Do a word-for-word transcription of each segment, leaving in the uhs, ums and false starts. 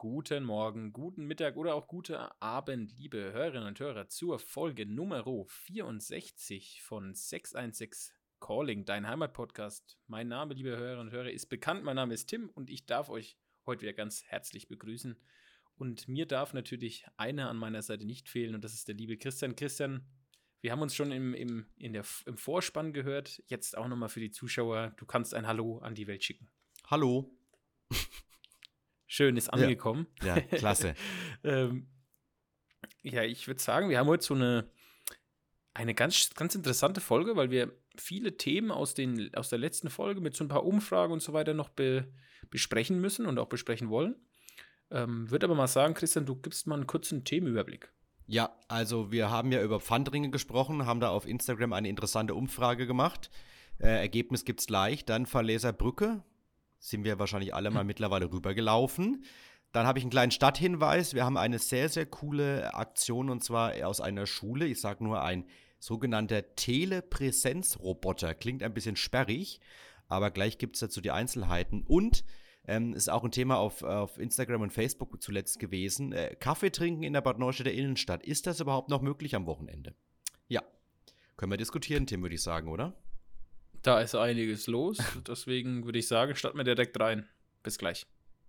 Guten Morgen, guten Mittag oder auch guten Abend, liebe Hörerinnen und Hörer, zur Folge Nummer vierundsechzig von sechs eins sechs Calling, dein Heimatpodcast. Mein Name, liebe Hörerinnen und Hörer, ist bekannt. Mein Name ist Tim und ich darf euch heute wieder ganz herzlich begrüßen. Und mir darf natürlich einer an meiner Seite nicht fehlen und das ist der liebe Christian. Christian, wir haben uns schon im, im, in der, im Vorspann gehört. Jetzt auch nochmal für die Zuschauer. Du kannst ein Hallo an die Welt schicken. Hallo. Schön, ist angekommen. Ja, ja, klasse. ähm, ja, ich würde sagen, wir haben heute so eine, eine ganz, ganz interessante Folge, weil wir viele Themen aus, den, aus der letzten Folge mit so ein paar Umfragen und so weiter noch be, besprechen müssen und auch besprechen wollen. Ähm, würde aber mal sagen, Christian, du gibst mal einen kurzen Themenüberblick. Ja, also wir haben ja über Pfandringe gesprochen, haben da auf Instagram eine interessante Umfrage gemacht. Äh, Ergebnis gibt's gleich. Dann Verleserbrücke. Sind wir wahrscheinlich alle mal mittlerweile rübergelaufen. Dann habe ich einen kleinen Stadthinweis. Wir haben eine sehr, sehr coole Aktion und zwar aus einer Schule. Ich sage nur ein sogenannter Telepräsenzroboter. Klingt ein bisschen sperrig, aber gleich gibt es dazu die Einzelheiten. Und ähm, ist auch ein Thema auf, auf Instagram und Facebook zuletzt gewesen. Äh, Kaffee trinken in der Bad Neustädter Innenstadt. Ist das überhaupt noch möglich am Wochenende? Ja, können wir diskutieren, Tim, würde ich sagen, oder? Da ist einiges los, deswegen würde ich sagen, starten wir direkt rein. Bis gleich.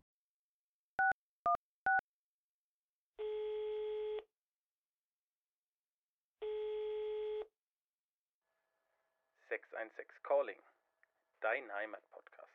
sechs eins sechs Calling, dein Heimatpodcast.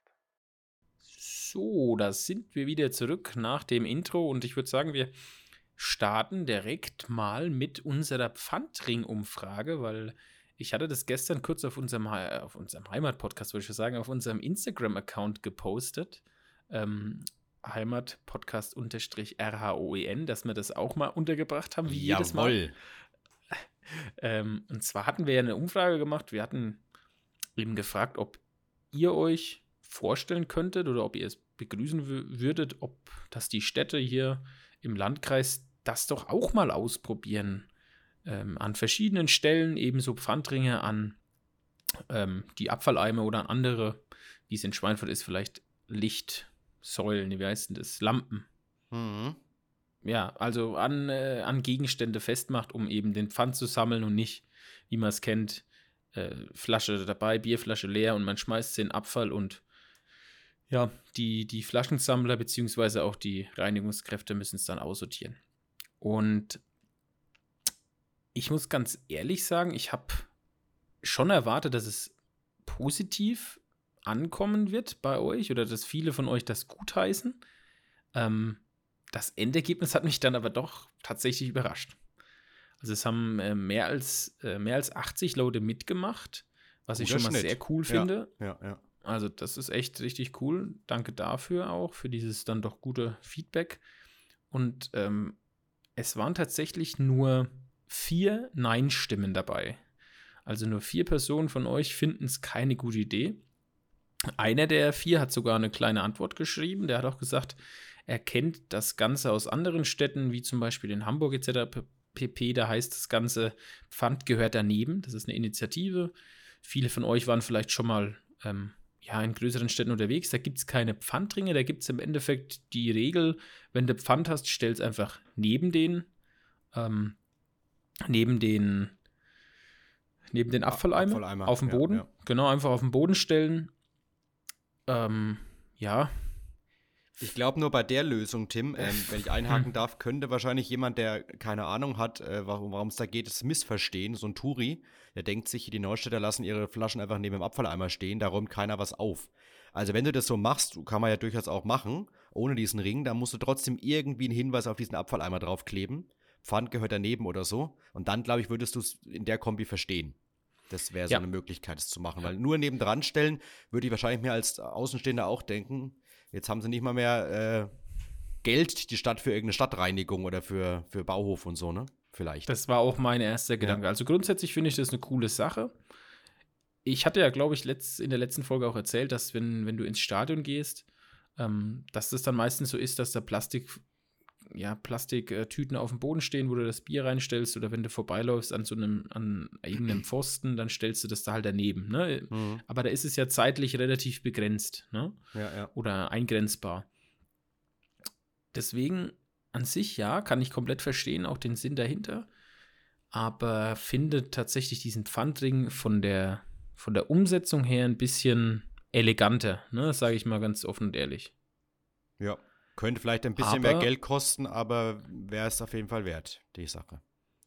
So, da sind wir wieder zurück nach dem Intro und ich würde sagen, wir starten direkt mal mit unserer Pfandring-Umfrage, weil ich hatte das gestern kurz auf unserem, auf unserem Heimatpodcast, würde ich sagen, auf unserem Instagram-Account gepostet. Ähm, Heimatpodcast-R H O E N, dass wir das auch mal untergebracht haben, wie Jawohl. jedes Mal. Ähm, und zwar hatten wir ja eine Umfrage gemacht. Wir hatten eben gefragt, ob ihr euch vorstellen könntet oder ob ihr es begrüßen w- würdet, ob das die Städte hier im Landkreis das doch auch mal ausprobieren. Ähm, an verschiedenen Stellen ebenso Pfandringe an ähm, die Abfalleimer oder an andere, wie es in Schweinfurt ist, vielleicht Lichtsäulen, wie heißt denn das? Lampen. Mhm. Ja, also an, äh, an Gegenstände festmacht, um eben den Pfand zu sammeln und nicht, wie man es kennt, äh, Flasche dabei, Bierflasche leer und man schmeißt sie in Abfall und ja, die, die Flaschensammler beziehungsweise auch die Reinigungskräfte müssen es dann aussortieren. Und ich muss ganz ehrlich sagen, ich habe schon erwartet, dass es positiv ankommen wird bei euch oder dass viele von euch das gutheißen. Ähm, das Endergebnis hat mich dann aber doch tatsächlich überrascht. Also es haben äh, mehr, als, äh, mehr als achtzig Leute mitgemacht, was ich Guter schon mal Schnitt. sehr cool Ja, finde. ja, ja. Also das ist echt richtig cool. Danke dafür auch, für dieses dann doch gute Feedback. Und ähm, es waren tatsächlich nur vier Nein-Stimmen dabei. Also nur vier Personen von euch finden es keine gute Idee. Einer der vier hat sogar eine kleine Antwort geschrieben. Der hat auch gesagt, er kennt das Ganze aus anderen Städten, wie zum Beispiel in Hamburg et cetera pp. Da heißt das Ganze, Pfand gehört daneben. Das ist eine Initiative. Viele von euch waren vielleicht schon mal ähm, ja, in größeren Städten unterwegs. Da gibt es keine Pfandringe. Da gibt es im Endeffekt die Regel, wenn du Pfand hast, stell es einfach neben den, ähm, neben den, neben den Abfalleimer, Abfalleimer. auf den Ja, Boden. ja. Genau, einfach auf den Boden stellen. Ähm, ja. Ich glaube nur bei der Lösung, Tim, ähm, wenn ich einhaken Hm. darf, könnte wahrscheinlich jemand, der keine Ahnung hat, äh, warum es da geht, es missverstehen. So ein Touri, der denkt sich, die Neustädter lassen ihre Flaschen einfach neben dem Abfalleimer stehen, da räumt keiner was auf. Also wenn du das so machst, kann man ja durchaus auch machen, ohne diesen Ring, dann musst du trotzdem irgendwie einen Hinweis auf diesen Abfalleimer draufkleben. Pfand gehört daneben oder so. Und dann, glaube ich, würdest du es in der Kombi verstehen. Das wäre so Ja. eine Möglichkeit, es zu machen. Ja. Weil nur nebendran stellen, würde ich wahrscheinlich mir als Außenstehender auch denken, jetzt haben sie nicht mal mehr äh, Geld, die Stadt für irgendeine Stadtreinigung oder für, für Bauhof und so, ne? Vielleicht. Das war auch mein erster Gedanke. Ja. Also grundsätzlich finde ich das eine coole Sache. Ich hatte ja, glaube ich, letzt, in der letzten Folge auch erzählt, dass wenn, wenn du ins Stadion gehst, ähm, dass das dann meistens so ist, dass da Plastik, ja, Plastiktüten auf dem Boden stehen, wo du das Bier reinstellst oder wenn du vorbeiläufst an so einem, an irgendeinem Pfosten, dann stellst du das da halt daneben, ne? Mhm. Aber da ist es ja zeitlich relativ begrenzt, ne? Ja, ja. Oder eingrenzbar. deswegen an sich, ja, kann ich komplett verstehen, auch den Sinn dahinter, aber finde tatsächlich diesen Pfandring von der, von der Umsetzung her ein bisschen eleganter, ne? Das sage ich mal ganz offen und ehrlich. Ja, könnte vielleicht ein bisschen Aber- mehr Geld kosten, aber wäre es auf jeden Fall wert, die Sache.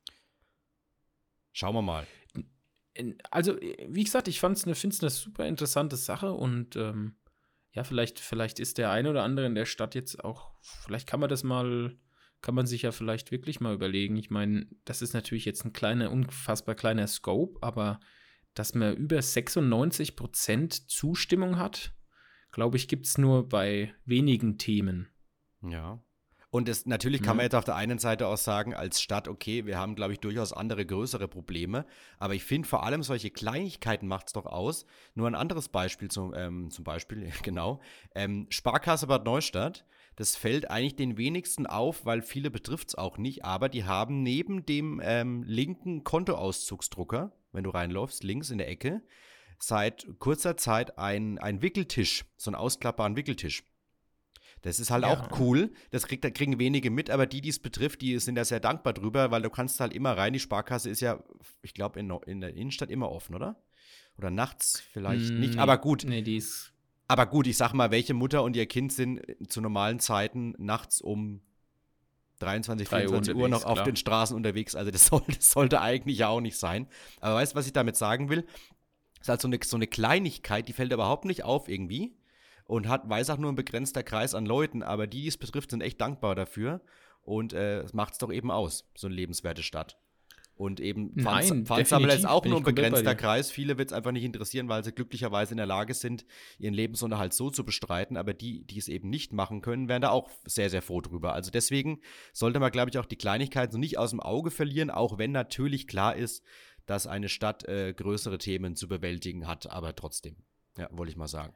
Schauen wir mal. Also, wie gesagt, ich fand's eine, finde es eine super interessante Sache und ähm, ja, vielleicht, vielleicht ist der eine oder andere in der Stadt jetzt auch, vielleicht kann man das mal, kann man sich ja vielleicht wirklich mal überlegen. Ich meine, das ist natürlich jetzt ein kleiner, unfassbar kleiner Scope, aber dass man über sechsundneunzig Prozent Zustimmung hat, glaube ich, gibt es nur bei wenigen Themen. Ja. Und es, natürlich kann Ja. man jetzt auf der einen Seite auch sagen, als Stadt, okay, wir haben, glaube ich, durchaus andere, größere Probleme. Aber ich finde vor allem solche Kleinigkeiten macht es doch aus. Nur ein anderes Beispiel zum, ähm, zum Beispiel, genau. Ähm, Sparkasse Bad Neustadt, das fällt eigentlich den wenigsten auf, weil viele betrifft es auch nicht. Aber die haben neben dem ähm, linken Kontoauszugsdrucker, wenn du reinläufst, links in der Ecke, seit kurzer Zeit ein, ein Wickeltisch, so einen ausklappbaren Wickeltisch. Das ist halt Ja. auch cool. Das kriegt, da kriegen wenige mit, aber die, die es betrifft, die sind da sehr dankbar drüber, weil du kannst halt immer rein. Die Sparkasse ist ja, ich glaube, in, in der Innenstadt immer offen, oder? Oder nachts vielleicht nicht. Nee, Aber gut, Nee, die ist. aber gut, ich sag mal, welche Mutter und ihr Kind sind zu normalen Zeiten nachts um dreiundzwanzig, drei Uhr vierundzwanzig Uhr noch unterwegs, auf klar. den Straßen unterwegs. Also das, soll, das sollte eigentlich ja auch nicht sein. Aber weißt du, was ich damit sagen will? Das ist halt so eine, so eine Kleinigkeit, die fällt überhaupt nicht auf irgendwie. Und hat, weiß auch nur ein begrenzter Kreis an Leuten, aber die, die es betrifft, sind echt dankbar dafür. Und äh, es macht es doch eben aus, so eine lebenswerte Stadt. Und eben Nein, Pfandsammler ist definitiv, auch bin nur ich ein komplett bei begrenzter dir. Kreis. Viele wird es einfach nicht interessieren, weil sie glücklicherweise in der Lage sind, ihren Lebensunterhalt so zu bestreiten. Aber die, die es eben nicht machen können, wären da auch sehr, sehr froh drüber. Also deswegen sollte man, glaube ich, auch die Kleinigkeiten so nicht aus dem Auge verlieren, auch wenn natürlich klar ist, dass eine Stadt äh, größere Themen zu bewältigen hat. Aber trotzdem, ja, wollte ich mal sagen.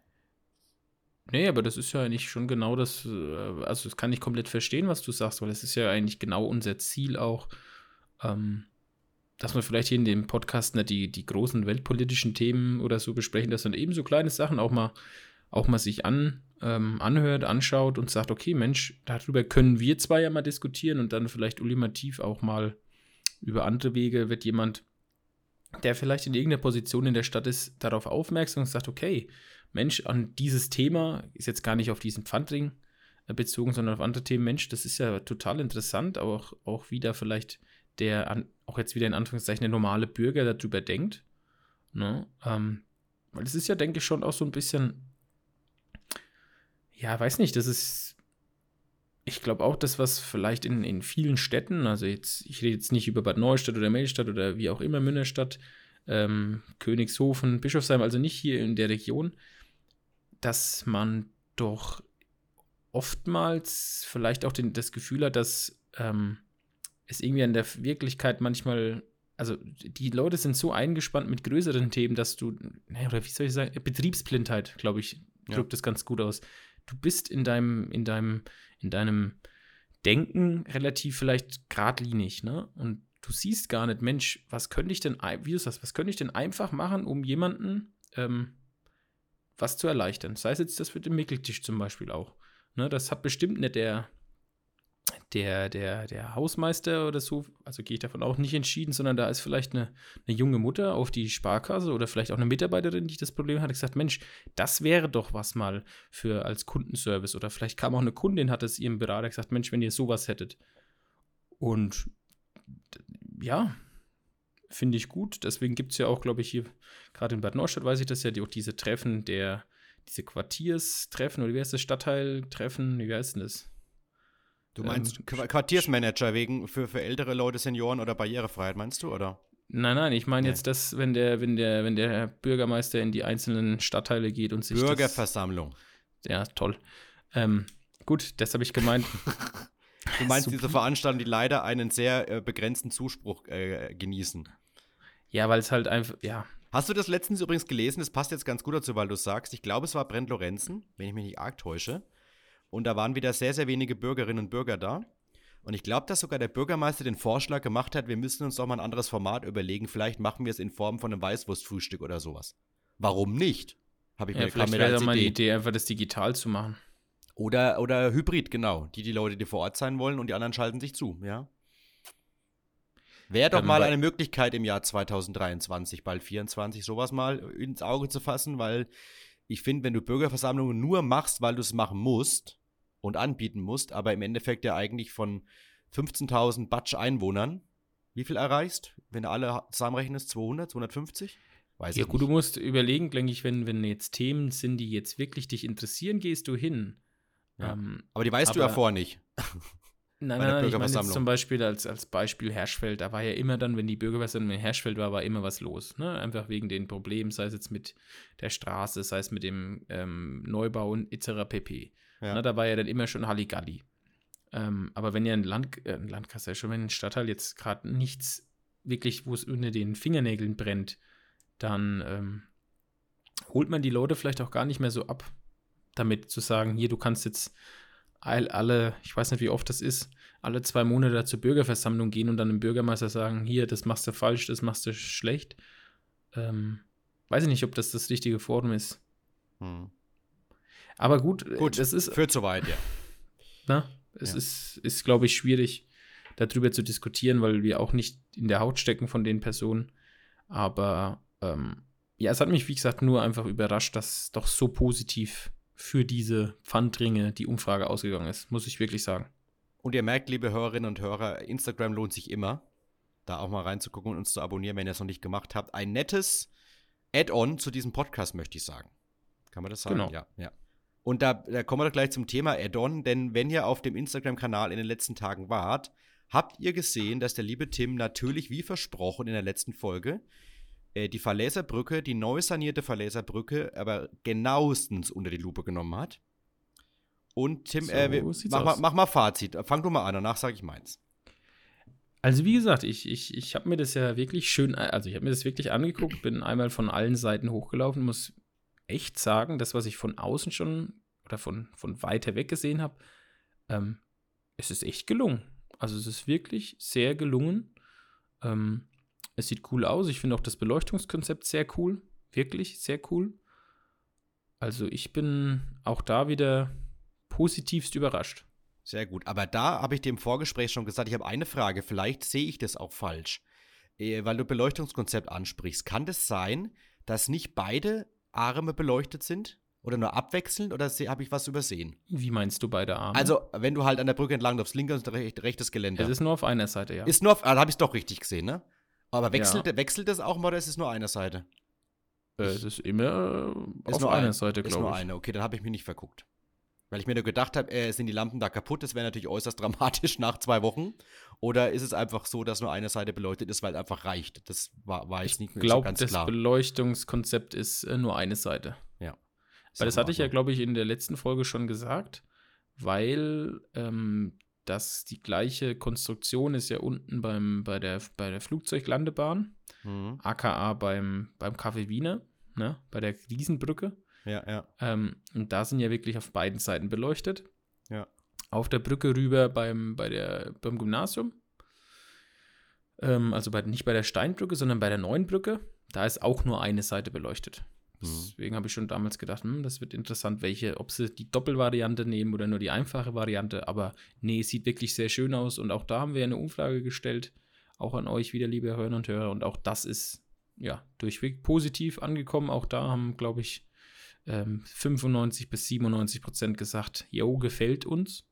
Nee, aber das ist ja eigentlich schon genau das, äh, also das kann ich komplett verstehen, was du sagst, weil es ist ja eigentlich genau unser Ziel auch, ähm, dass wir vielleicht hier in dem Podcast nicht die, die großen weltpolitischen Themen oder so besprechen, dass dann eben so kleine Sachen auch mal, auch mal sich an, ähm, anhört, anschaut und sagt, okay, Mensch, darüber können wir zwei ja mal diskutieren und dann vielleicht ultimativ auch mal über andere Wege wird jemand, der vielleicht in irgendeiner Position in der Stadt ist, darauf aufmerksam und sagt, okay, Mensch, an dieses Thema, ist jetzt gar nicht auf diesen Pfandring äh, bezogen, sondern auf andere Themen, Mensch, das ist ja total interessant, auch, auch wieder vielleicht der, an, auch jetzt wieder in Anführungszeichen, der normale Bürger darüber denkt. Ne? Ähm, weil das ist ja, denke ich, schon auch so ein bisschen, ja, weiß nicht, das ist, ich glaube auch das, was vielleicht in, in vielen Städten, also jetzt, ich rede jetzt nicht über Bad Neustadt oder Meldstadt oder wie auch immer, Münnerstadt, ähm, Königshofen, Bischofsheim, also nicht hier in der Region, dass man doch oftmals vielleicht auch den, das Gefühl hat, dass ähm, es irgendwie in der Wirklichkeit manchmal, also die Leute sind so eingespannt mit größeren Themen, dass du, naja, oder wie soll ich sagen, Betriebsblindheit, glaube ich, drückt das ganz gut aus. Du bist in deinem, in deinem, in deinem Denken relativ vielleicht geradlinig, ne? Und du siehst gar nicht, Mensch, was könnte ich denn, wie du sagst, was könnte ich denn einfach machen, um jemanden ähm, was zu erleichtern. Sei es jetzt das mit dem Mickeltisch zum Beispiel auch. Ne, das hat bestimmt nicht der, der, der, der Hausmeister oder so, also gehe ich davon auch nicht entschieden, sondern da ist vielleicht eine, eine junge Mutter auf die Sparkasse oder vielleicht auch eine Mitarbeiterin, die das Problem hat, gesagt, Mensch, das wäre doch was mal für als Kundenservice. Oder vielleicht kam auch eine Kundin, hat es ihrem Berater gesagt, Mensch, wenn ihr sowas hättet. Und ja, finde ich gut. Deswegen gibt es ja auch, glaube ich, hier, gerade in Bad Neustadt weiß ich das ja, die, auch diese Treffen der, diese Quartierstreffen oder wie heißt das, Stadtteiltreffen, wie heißt denn das? Du meinst Ähm, Quartiersmanager wegen für, für ältere Leute, Senioren oder Barrierefreiheit, meinst du, oder? Nein, nein, ich meine Nee. jetzt das, wenn der, wenn der, wenn der Bürgermeister in die einzelnen Stadtteile geht und sich Bürgerversammlung. das, ja, toll. Ähm, gut, das habe ich gemeint. Du meinst Super. diese Veranstaltungen, die leider einen sehr äh, begrenzten Zuspruch äh, genießen. Ja, weil es halt einfach, ja. Hast du das letztens übrigens gelesen? Das passt jetzt ganz gut dazu, weil du sagst, ich glaube, es war Brent Lorenzen, wenn ich mich nicht arg täusche. Und da waren wieder sehr, sehr wenige Bürgerinnen und Bürger da. Und ich glaube, dass sogar der Bürgermeister den Vorschlag gemacht hat, wir müssen uns doch mal ein anderes Format überlegen. Vielleicht machen wir es in Form von einem Weißwurstfrühstück oder sowas. Warum nicht? Habe ich Ja, mir, kam vielleicht mir wäre als da mal die Idee. Idee, einfach das digital zu machen. Oder, oder Hybrid, genau. Die, die Leute, die vor Ort sein wollen und die anderen schalten sich zu, ja. Wäre doch Ähm, mal weil- eine Möglichkeit im Jahr zwanzig dreiundzwanzig, bald vierundzwanzig, sowas mal ins Auge zu fassen, weil ich finde, wenn du Bürgerversammlungen nur machst, weil du es machen musst und anbieten musst, aber im Endeffekt ja eigentlich von fünfzehntausend Batsch Einwohnern, wie viel erreichst, wenn du alle zusammenrechnest, zweihundert, zweihundertfünfzig? Weiß Ja ich gut, du nicht. musst überlegen, denke ich, wenn, wenn jetzt Themen sind, die jetzt wirklich dich interessieren, gehst du hin. Ja. Ähm, Aber die weißt du ja aber- vorher nicht. Nein, Bei nein, der nein, ich meine jetzt Bürgerversammlung. zum Beispiel als, als Beispiel Herschfeld, da war ja immer dann, wenn die Bürgerversammlung in Herschfeld war, war immer was los. Ne? Einfach wegen den Problemen, sei es jetzt mit der Straße, sei es mit dem ähm, Neubau et cetera pp. Ja. Ne? Da war ja dann immer schon Halligalli. Ähm, aber wenn ja ein, Land, äh, ein Landkreis, ja schon wenn ein Stadtteil jetzt gerade nichts wirklich, wo es unter den Fingernägeln brennt, dann ähm, holt man die Leute vielleicht auch gar nicht mehr so ab, damit zu sagen, hier, du kannst jetzt all- alle, ich weiß nicht, wie oft das ist, alle zwei Monate zur Bürgerversammlung gehen und dann dem Bürgermeister sagen, hier, das machst du falsch, das machst du schlecht. Ähm, weiß ich nicht, ob das das richtige Forum ist. Hm. Aber gut, äh, Gut, das ist, führt zu weit, ja. na, es Ja. ist, ist glaube ich, schwierig, darüber zu diskutieren, weil wir auch nicht in der Haut stecken von den Personen. Aber ähm, ja, es hat mich, wie gesagt, nur einfach überrascht, dass doch so positiv für diese Pfandringe die Umfrage ausgegangen ist, muss ich wirklich sagen. Und ihr merkt, liebe Hörerinnen und Hörer, Instagram lohnt sich immer, da auch mal reinzugucken und uns zu abonnieren, wenn ihr es noch nicht gemacht habt. Ein nettes Add-on zu diesem Podcast, möchte ich sagen. Kann man das sagen? Genau. Ja, ja. Und da, da kommen wir doch gleich zum Thema Add-on, denn wenn ihr auf dem Instagram-Kanal in den letzten Tagen wart, habt ihr gesehen, dass der liebe Tim natürlich, wie versprochen in der letzten Folge, äh, die Verleserbrücke, die neu sanierte Verleserbrücke, aber genauestens unter die Lupe genommen hat. Und Tim, So äh, wir- sieht's mach, mal, aus. mach mal Fazit. Fang du mal an, danach sage ich meins. Also wie gesagt, ich, ich, ich habe mir das ja wirklich schön, also ich habe mir das wirklich angeguckt, bin einmal von allen Seiten hochgelaufen, muss echt sagen, das, was ich von außen schon oder von, von weiter weg gesehen habe, ähm, es ist echt gelungen. Also es ist wirklich sehr gelungen. Ähm, es sieht cool aus. Ich finde auch das Beleuchtungskonzept sehr cool. Wirklich sehr cool. Also ich bin auch da wieder positivst überrascht. Sehr gut. Aber da habe ich dir im Vorgespräch schon gesagt, ich habe eine Frage. Vielleicht sehe ich das auch falsch. Äh, weil du Beleuchtungskonzept ansprichst. Kann das sein, dass nicht beide Arme beleuchtet sind? Oder nur abwechselnd? Oder habe ich was übersehen? Wie meinst du beide Arme? Also, wenn du halt an der Brücke entlang läufst, linke und rech- rechtes Geländer. es ist nur auf einer Seite, ja. Ist nur auf, ah, da habe ich es doch richtig gesehen, ne? Aber wechselt, Ja. wechselt das auch mal oder ist es nur eine Seite? Äh, es ist immer äh, Ist auf nur einer ein- Seite, Ist glaube nur ich. eine, okay, dann habe ich mich nicht verguckt. Weil ich mir nur gedacht habe, äh, sind die Lampen da kaputt? Das wäre natürlich äußerst dramatisch nach zwei Wochen. Oder ist es einfach so, dass nur eine Seite beleuchtet ist, weil es einfach reicht? Das war, war jetzt Ich nicht, nicht so glaube, ganz das klar. Beleuchtungskonzept ist äh, nur eine Seite. Ja. Ist Weil auch das in hatte ich ja, Ordnung. glaube ich, in der letzten Folge schon gesagt, weil ähm, das die gleiche Konstruktion ist ja unten beim, bei, der, bei der Flugzeuglandebahn, Mhm. aka beim, beim Café Wiener, ne, bei der Riesenbrücke. Ja, ja, Ähm, und da sind ja wirklich auf beiden Seiten beleuchtet. ja. Auf der Brücke rüber beim, bei der, beim Gymnasium. Ähm, also bei, nicht bei der Steinbrücke, sondern bei der neuen Brücke. Da ist auch nur eine Seite beleuchtet. Mhm. Deswegen habe ich schon damals gedacht, hm, das wird interessant, welche, ob sie die Doppelvariante nehmen oder nur die einfache Variante. Aber nee, sieht wirklich sehr schön aus. Und auch da haben wir eine Umfrage gestellt. Auch an euch wieder, liebe Hörerinnen und Hörer. Und auch das ist ja durchweg positiv angekommen. Auch da haben, glaube ich, ähm, fünfundneunzig bis siebenundneunzig Prozent gesagt, jo, gefällt uns.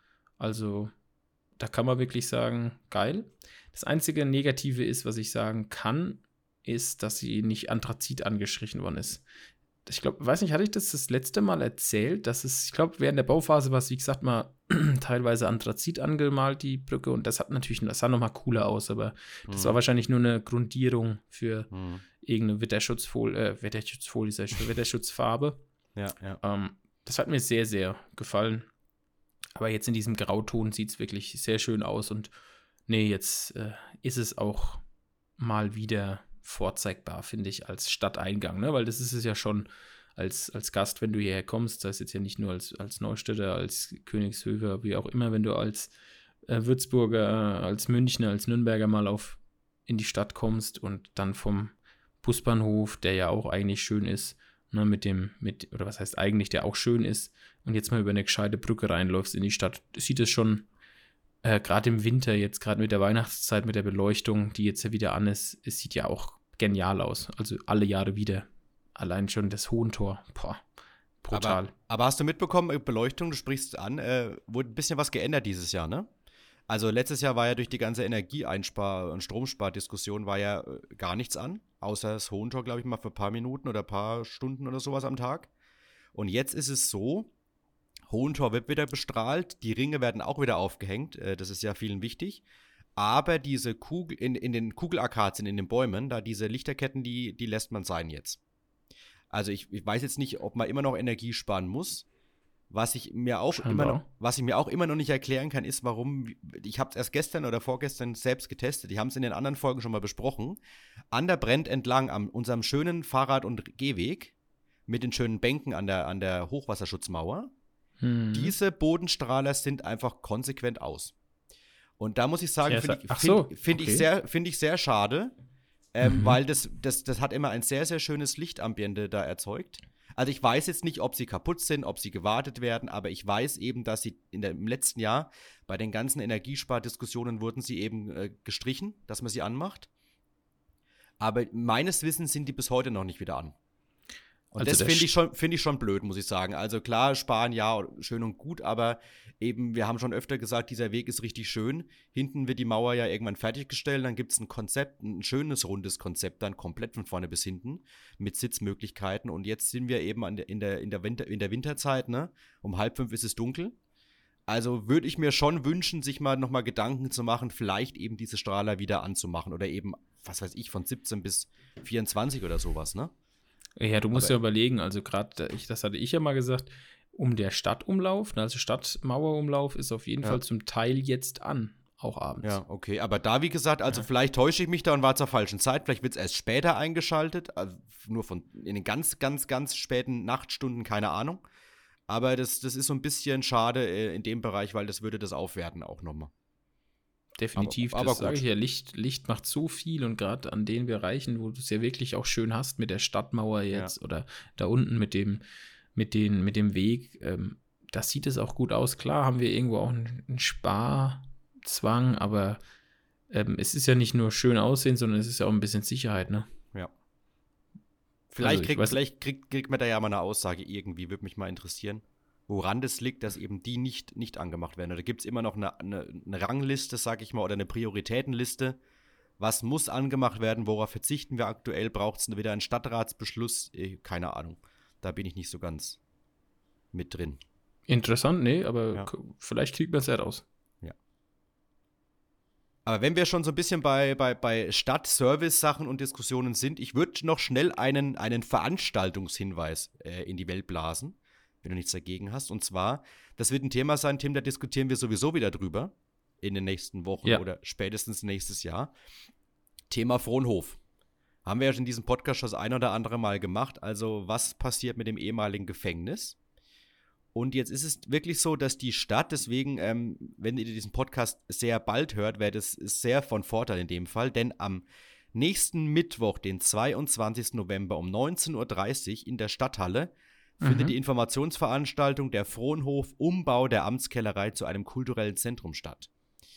Also da kann man wirklich sagen, geil. Das einzige Negative ist, was ich sagen kann, ist, dass sie nicht Anthrazit angestrichen worden ist. Ich glaube, weiß nicht, hatte ich das das letzte Mal erzählt, dass es, ich glaube, während der Bauphase war es, wie gesagt, mal teilweise Anthrazit angemalt, die Brücke, und das hat natürlich, das sah nochmal cooler aus, aber das war wahrscheinlich nur eine Grundierung für Mhm. irgendeine Wetterschutzfolie, äh, Wetterschutzfolie, sag ich schon, Wetterschutzfarbe. Ja, ja. Ähm, das hat mir sehr, sehr gefallen. Aber jetzt in diesem Grauton sieht es wirklich sehr schön aus. Und nee, jetzt äh, ist es auch mal wieder vorzeigbar, finde ich, als Stadteingang. Ne? Weil das ist es ja schon als, als Gast, wenn du hierher kommst. Das ist jetzt ja nicht nur als, als Neustädter, als Königshöfer, wie auch immer, wenn du als äh, Würzburger, als Münchner, als Nürnberger mal auf in die Stadt kommst und dann vom Busbahnhof, der ja auch eigentlich schön ist, ne, mit dem, mit, oder was heißt eigentlich, der auch schön ist, und jetzt mal über eine gescheite Brücke reinläufst in die Stadt, sieht es schon, äh, gerade im Winter, jetzt gerade mit der Weihnachtszeit, mit der Beleuchtung, die jetzt ja wieder an ist, es sieht ja auch genial aus. Also alle Jahre wieder. Allein schon das Hohentor. Boah, brutal. Aber, aber hast du mitbekommen, Beleuchtung, du sprichst an, äh, wurde ein bisschen was geändert dieses Jahr, ne? Also letztes Jahr war ja durch die ganze Energieeinspar- und Stromspardiskussion war ja äh, gar nichts an, außer das Hohentor, glaube ich, mal für ein paar Minuten oder ein paar Stunden oder sowas am Tag. Und jetzt ist es so, Hohentor wird wieder bestrahlt, die Ringe werden auch wieder aufgehängt, äh, das ist ja vielen wichtig. Aber diese Kugel, in, in den Kugelarkadien, in den Bäumen, da diese Lichterketten, die, die lässt man sein jetzt. Also ich, ich weiß jetzt nicht, ob man immer noch Energie sparen muss. Was ich mir auch immer noch, was ich mir auch immer noch nicht erklären kann, ist, warum, ich habe es erst gestern oder vorgestern selbst getestet, die haben es in den anderen Folgen schon mal besprochen, an der Brenn entlang an unserem schönen Fahrrad- und Gehweg mit den schönen Bänken an der, an der Hochwasserschutzmauer, hm. diese Bodenstrahler sind einfach konsequent aus. Und da muss ich sagen, finde ich, so, find, find okay. ich, sehr, find ich sehr schade, ähm, mhm. weil das, das, das hat immer ein sehr, sehr schönes Lichtambiente da erzeugt. Also ich weiß jetzt nicht, ob sie kaputt sind, ob sie gewartet werden, aber ich weiß eben, dass sie in der, im letzten Jahr bei den ganzen Energiespardiskussionen wurden sie eben äh, gestrichen, dass man sie anmacht. Aber meines Wissens sind die bis heute noch nicht wieder an. Und also das finde ich, schon, find ich schon blöd, muss ich sagen. Also klar, sparen, ja, schön und gut, aber eben, wir haben schon öfter gesagt, dieser Weg ist richtig schön. Hinten wird die Mauer ja irgendwann fertiggestellt, dann gibt es ein Konzept, ein schönes, rundes Konzept, dann komplett von vorne bis hinten mit Sitzmöglichkeiten. Und jetzt sind wir eben an der, in, der, in, der Winter, in der Winterzeit, ne? Um halb fünf ist es dunkel. Also würde ich mir schon wünschen, sich mal nochmal Gedanken zu machen, vielleicht eben diese Strahler wieder anzumachen oder eben, was weiß ich, von siebzehn bis vierundzwanzig oder sowas, ne? Ja, du musst Aber, ja überlegen, also gerade, das hatte ich ja mal gesagt, um der Stadtumlauf, also Stadtmauerumlauf ist auf jeden ja. Fall zum Teil jetzt an, auch abends. Ja, okay, aber da, wie gesagt, also ja. vielleicht täusche ich mich da und war zur falschen Zeit, vielleicht wird es erst später eingeschaltet, also nur von in den ganz, ganz, ganz späten Nachtstunden, keine Ahnung. Aber das, das ist so ein bisschen schade äh, in dem Bereich, weil das würde das aufwerten auch nochmal. Definitiv, aber, aber das sage ich ja, Licht, Licht macht so viel und gerade an den Bereichen, wo du es ja wirklich auch schön hast mit der Stadtmauer jetzt ja. oder da unten mit dem, mit den, mit dem Weg, ähm, da sieht es auch gut aus. Klar haben wir irgendwo auch einen, einen Sparzwang, aber ähm, es ist ja nicht nur schön aussehen, sondern es ist ja auch ein bisschen Sicherheit, ne? Ja. Vielleicht, also, kriegt, vielleicht kriegt, kriegt man da ja mal eine Aussage irgendwie, würde mich mal interessieren. Woran das liegt, dass eben die nicht, nicht angemacht werden. Oder gibt es immer noch eine, eine, eine Rangliste, sag ich mal, oder eine Prioritätenliste? Was muss angemacht werden? Worauf verzichten wir aktuell? Braucht es wieder einen Stadtratsbeschluss? Keine Ahnung. Da bin ich nicht so ganz mit drin. Interessant, nee, aber ja. k- vielleicht kriegt man es ja raus. Ja. Aber wenn wir schon so ein bisschen bei, bei, bei Stadt-Service-Sachen und Diskussionen sind, ich würde noch schnell einen, einen Veranstaltungshinweis äh, in die Welt blasen, wenn du nichts dagegen hast. Und zwar, das wird ein Thema sein, Tim, da diskutieren wir sowieso wieder drüber in den nächsten Wochen ja. oder spätestens nächstes Jahr. Thema Frohnhof. Haben wir ja schon in diesem Podcast schon das ein oder andere Mal gemacht. Also, was passiert mit dem ehemaligen Gefängnis? Und jetzt ist es wirklich so, dass die Stadt, deswegen, ähm, wenn ihr diesen Podcast sehr bald hört, wäre das sehr von Vorteil in dem Fall, denn am nächsten Mittwoch, den zweiundzwanzigsten November um neunzehn Uhr dreißig in der Stadthalle, findet mhm. die Informationsveranstaltung der Frohnhof Umbau der Amtskellerei zu einem kulturellen Zentrum statt.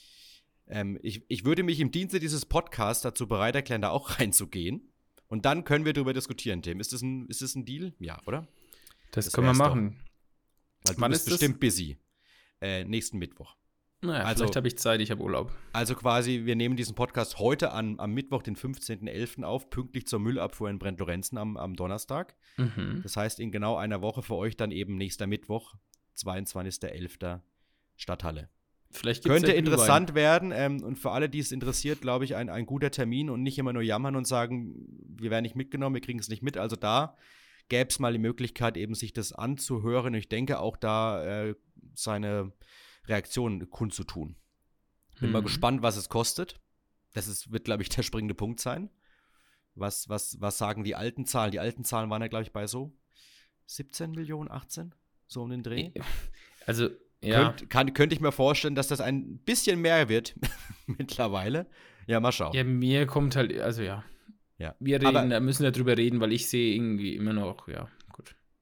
Ähm, ich, ich würde mich im Dienste dieses Podcasts dazu bereit erklären, da auch reinzugehen. Und dann können wir darüber diskutieren, Tim. Ist das ein, ist das ein Deal? Ja, oder? Das, das können wir machen. Weil du bist bestimmt busy. Äh, nächsten Mittwoch. Naja, also, vielleicht habe ich Zeit, ich habe Urlaub. Also quasi, wir nehmen diesen Podcast heute an, am Mittwoch, den fünfzehnten elften auf, pünktlich zur Müllabfuhr in Brent-Lorenzen am, am Donnerstag. Mhm. Das heißt, in genau einer Woche für euch dann eben nächster Mittwoch, zweiundzwanzigsten elften Stadthalle. Vielleicht Könnte interessant werden ähm, und für alle, die es interessiert, glaube ich, ein, ein guter Termin und nicht immer nur jammern und sagen, wir werden nicht mitgenommen, wir kriegen es nicht mit. Also da gäbe es mal die Möglichkeit, eben sich das anzuhören. Und ich denke auch da äh, seine Reaktion kundzutun. Bin hm. mal gespannt, was es kostet. Das ist, wird, glaube ich, der springende Punkt sein. Was, was, was sagen die alten Zahlen? Die alten Zahlen waren ja, glaube ich, bei so siebzehn Millionen, achtzehn? So um den Dreh. Also, ja. Könnt, kann, könnte ich mir vorstellen, dass das ein bisschen mehr wird mittlerweile. Ja, mal schauen. Ja, mir kommt halt, also ja. ja. Wir reden, Aber, müssen darüber reden, weil ich sehe irgendwie immer noch, ja,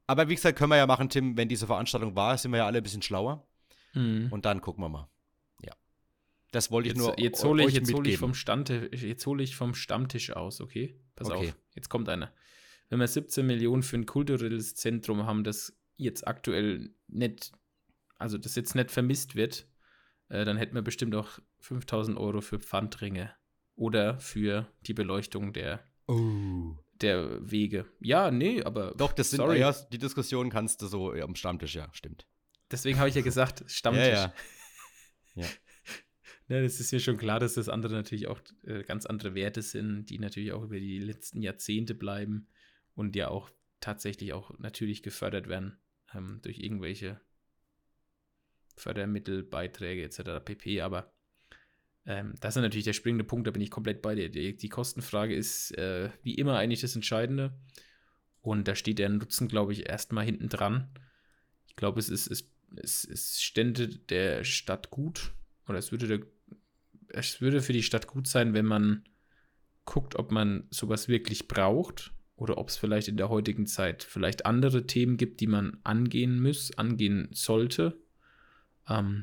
Aber wie gesagt, können wir ja machen, Tim, wenn diese Veranstaltung war, sind wir ja alle ein bisschen schlauer. Mhm. Und dann gucken wir mal. Ja. Das wollte ich Jetzt, nur jetzt eu- hole ich, euch jetzt hol ich, mitgeben. vom Stammtisch, jetzt hole ich vom Stammtisch aus, okay? Pass Okay. auf, jetzt kommt einer. Wenn wir siebzehn Millionen für ein kulturelles Zentrum haben, das jetzt aktuell nicht, also das jetzt nicht vermisst wird, äh, dann hätten wir bestimmt auch fünftausend Euro für Pfandringe oder für die Beleuchtung der, Oh. der Wege. Ja, nee, aber Doch, das sind, sorry. ja, die Diskussion kannst du so ja, am Stammtisch, ja, stimmt. Deswegen habe ich ja gesagt, Stammtisch. Ja, ja. Ja. Ja, das ist mir schon klar, dass das andere natürlich auch äh, ganz andere Werte sind, die natürlich auch über die letzten Jahrzehnte bleiben und ja auch tatsächlich auch natürlich gefördert werden ähm, durch irgendwelche Fördermittel, Beiträge et cetera pp. Aber ähm, das ist natürlich der springende Punkt, da bin ich komplett bei dir. Die, die Kostenfrage ist äh, wie immer eigentlich das Entscheidende und da steht der Nutzen, glaube ich, erstmal hinten dran. Ich glaube, es ist, es, es, es stände der Stadt gut oder es würde der Es würde für die Stadt gut sein, wenn man guckt, ob man sowas wirklich braucht oder ob es vielleicht in der heutigen Zeit vielleicht andere Themen gibt, die man angehen muss, angehen sollte. Ähm,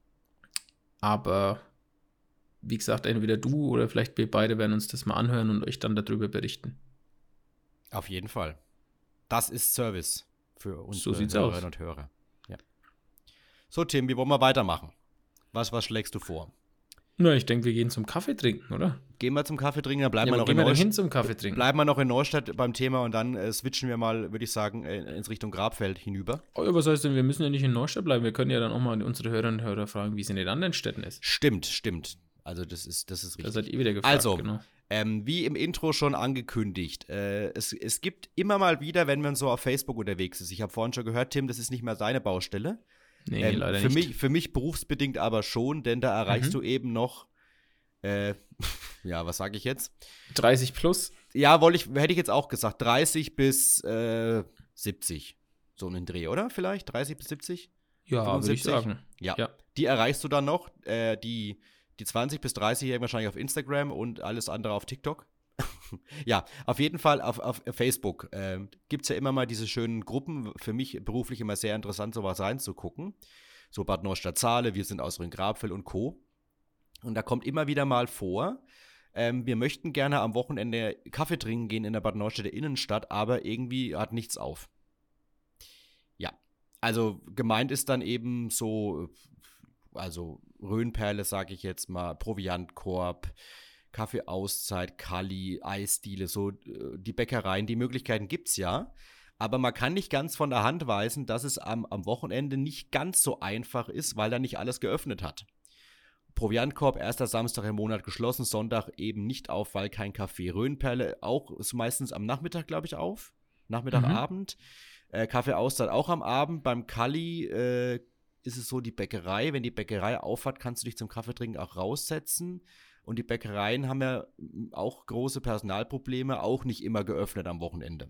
aber wie gesagt, entweder du oder vielleicht wir beide werden uns das mal anhören und euch dann darüber berichten. Auf jeden Fall. Das ist Service für unsere So sieht's Hörerinnen aus. und Hörer. Ja. So, Tim, wie wollen wir weitermachen? Was, was schlägst du vor? Na, ich denke, wir gehen zum Kaffee trinken, oder? Gehen wir zum Kaffee trinken, dann bleiben Ja, wir wo noch gehen in wir denn Neustadt. hin zum Kaffee trinken? Bleiben wir noch in Neustadt beim Thema und dann äh, switchen wir mal, würde ich sagen, äh, ins Richtung Grabfeld hinüber. Oh, ja, was heißt denn, wir müssen ja nicht in Neustadt bleiben. Wir können ja dann auch mal unsere Hörerinnen und Hörer fragen, wie es in den anderen Städten ist. Stimmt, stimmt. Also das ist, das ist Da richtig. seid ihr wieder gefragt, Also, genau. Ähm, wie im Intro schon angekündigt, äh, es, es gibt immer mal wieder, wenn man so auf Facebook unterwegs ist, ich habe vorhin schon gehört, Tim, das ist nicht mehr seine Baustelle. Nee, ähm, leider für nicht. Mich, für mich berufsbedingt aber schon, denn da erreichst Mhm. du eben noch, äh, ja, was sage ich jetzt? dreißig plus? Ja, wollte ich, hätte ich jetzt auch gesagt, dreißig bis äh, siebzig. So einen Dreh, oder? Vielleicht? dreißig bis siebzig? Ja, würde ich fünfundsiebzig? sagen. Ja. Ja. Die erreichst du dann noch. Äh, die, die zwanzig bis dreißig-Jährigen wahrscheinlich auf Instagram und alles andere auf TikTok. Ja, auf jeden Fall auf, auf Facebook äh, gibt es ja immer mal diese schönen Gruppen. Für mich beruflich immer sehr interessant, sowas reinzugucken. So Bad Neustadt-Zahle, wir sind aus Rhön-Grabfeld und Co. Und da kommt immer wieder mal vor, ähm, wir möchten gerne am Wochenende Kaffee trinken gehen in der Bad Neustädter Innenstadt, aber irgendwie hat nichts auf. Ja, also gemeint ist dann eben so, also Rhönperle, sage ich jetzt mal, Proviantkorb, Kaffeeauszeit, Kalli, Eisdiele, so äh, die Bäckereien, die Möglichkeiten gibt es ja. Aber man kann nicht ganz von der Hand weisen, dass es am, am Wochenende nicht ganz so einfach ist, weil da nicht alles geöffnet hat. Proviantkorb, erster Samstag im Monat geschlossen, Sonntag eben nicht auf, weil kein Kaffee. Rhönperle auch, ist meistens am Nachmittag, glaube ich, auf. Nachmittag, Mhm. Abend. Äh, Kaffeeauszeit auch am Abend. Beim Kalli äh, ist es so, die Bäckerei, wenn die Bäckerei aufhat, kannst du dich zum Kaffeetrinken auch raussetzen. Und die Bäckereien haben ja auch große Personalprobleme, auch nicht immer geöffnet am Wochenende.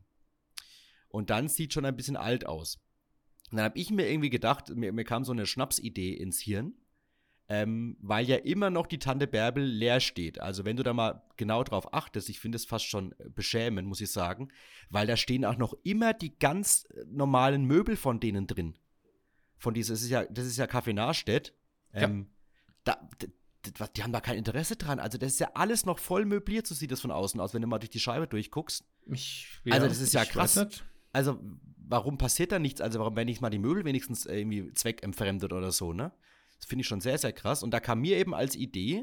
Und dann sieht schon ein bisschen alt aus. Und dann habe ich mir irgendwie gedacht, mir, mir kam so eine Schnapsidee ins Hirn, ähm, weil ja immer noch die Tante Bärbel leer steht. Also wenn du da mal genau drauf achtest, ich finde es fast schon beschämend, muss ich sagen, weil da stehen auch noch immer die ganz normalen Möbel von denen drin. Von dieser, das ist ja, das ist ja Café Nahrstedt. Ähm, ja. da, d- d- die haben da kein Interesse dran. Also das ist ja alles noch voll möbliert, so sieht das von außen aus, wenn du mal durch die Scheibe durchguckst. Ich, Also das ist ja ich krass. weiß nicht. Also, warum passiert da nichts? Also, warum werden nicht mal die Möbel wenigstens irgendwie zweckentfremdet oder so, ne? Das finde ich schon sehr, sehr krass. Und da kam mir eben als Idee,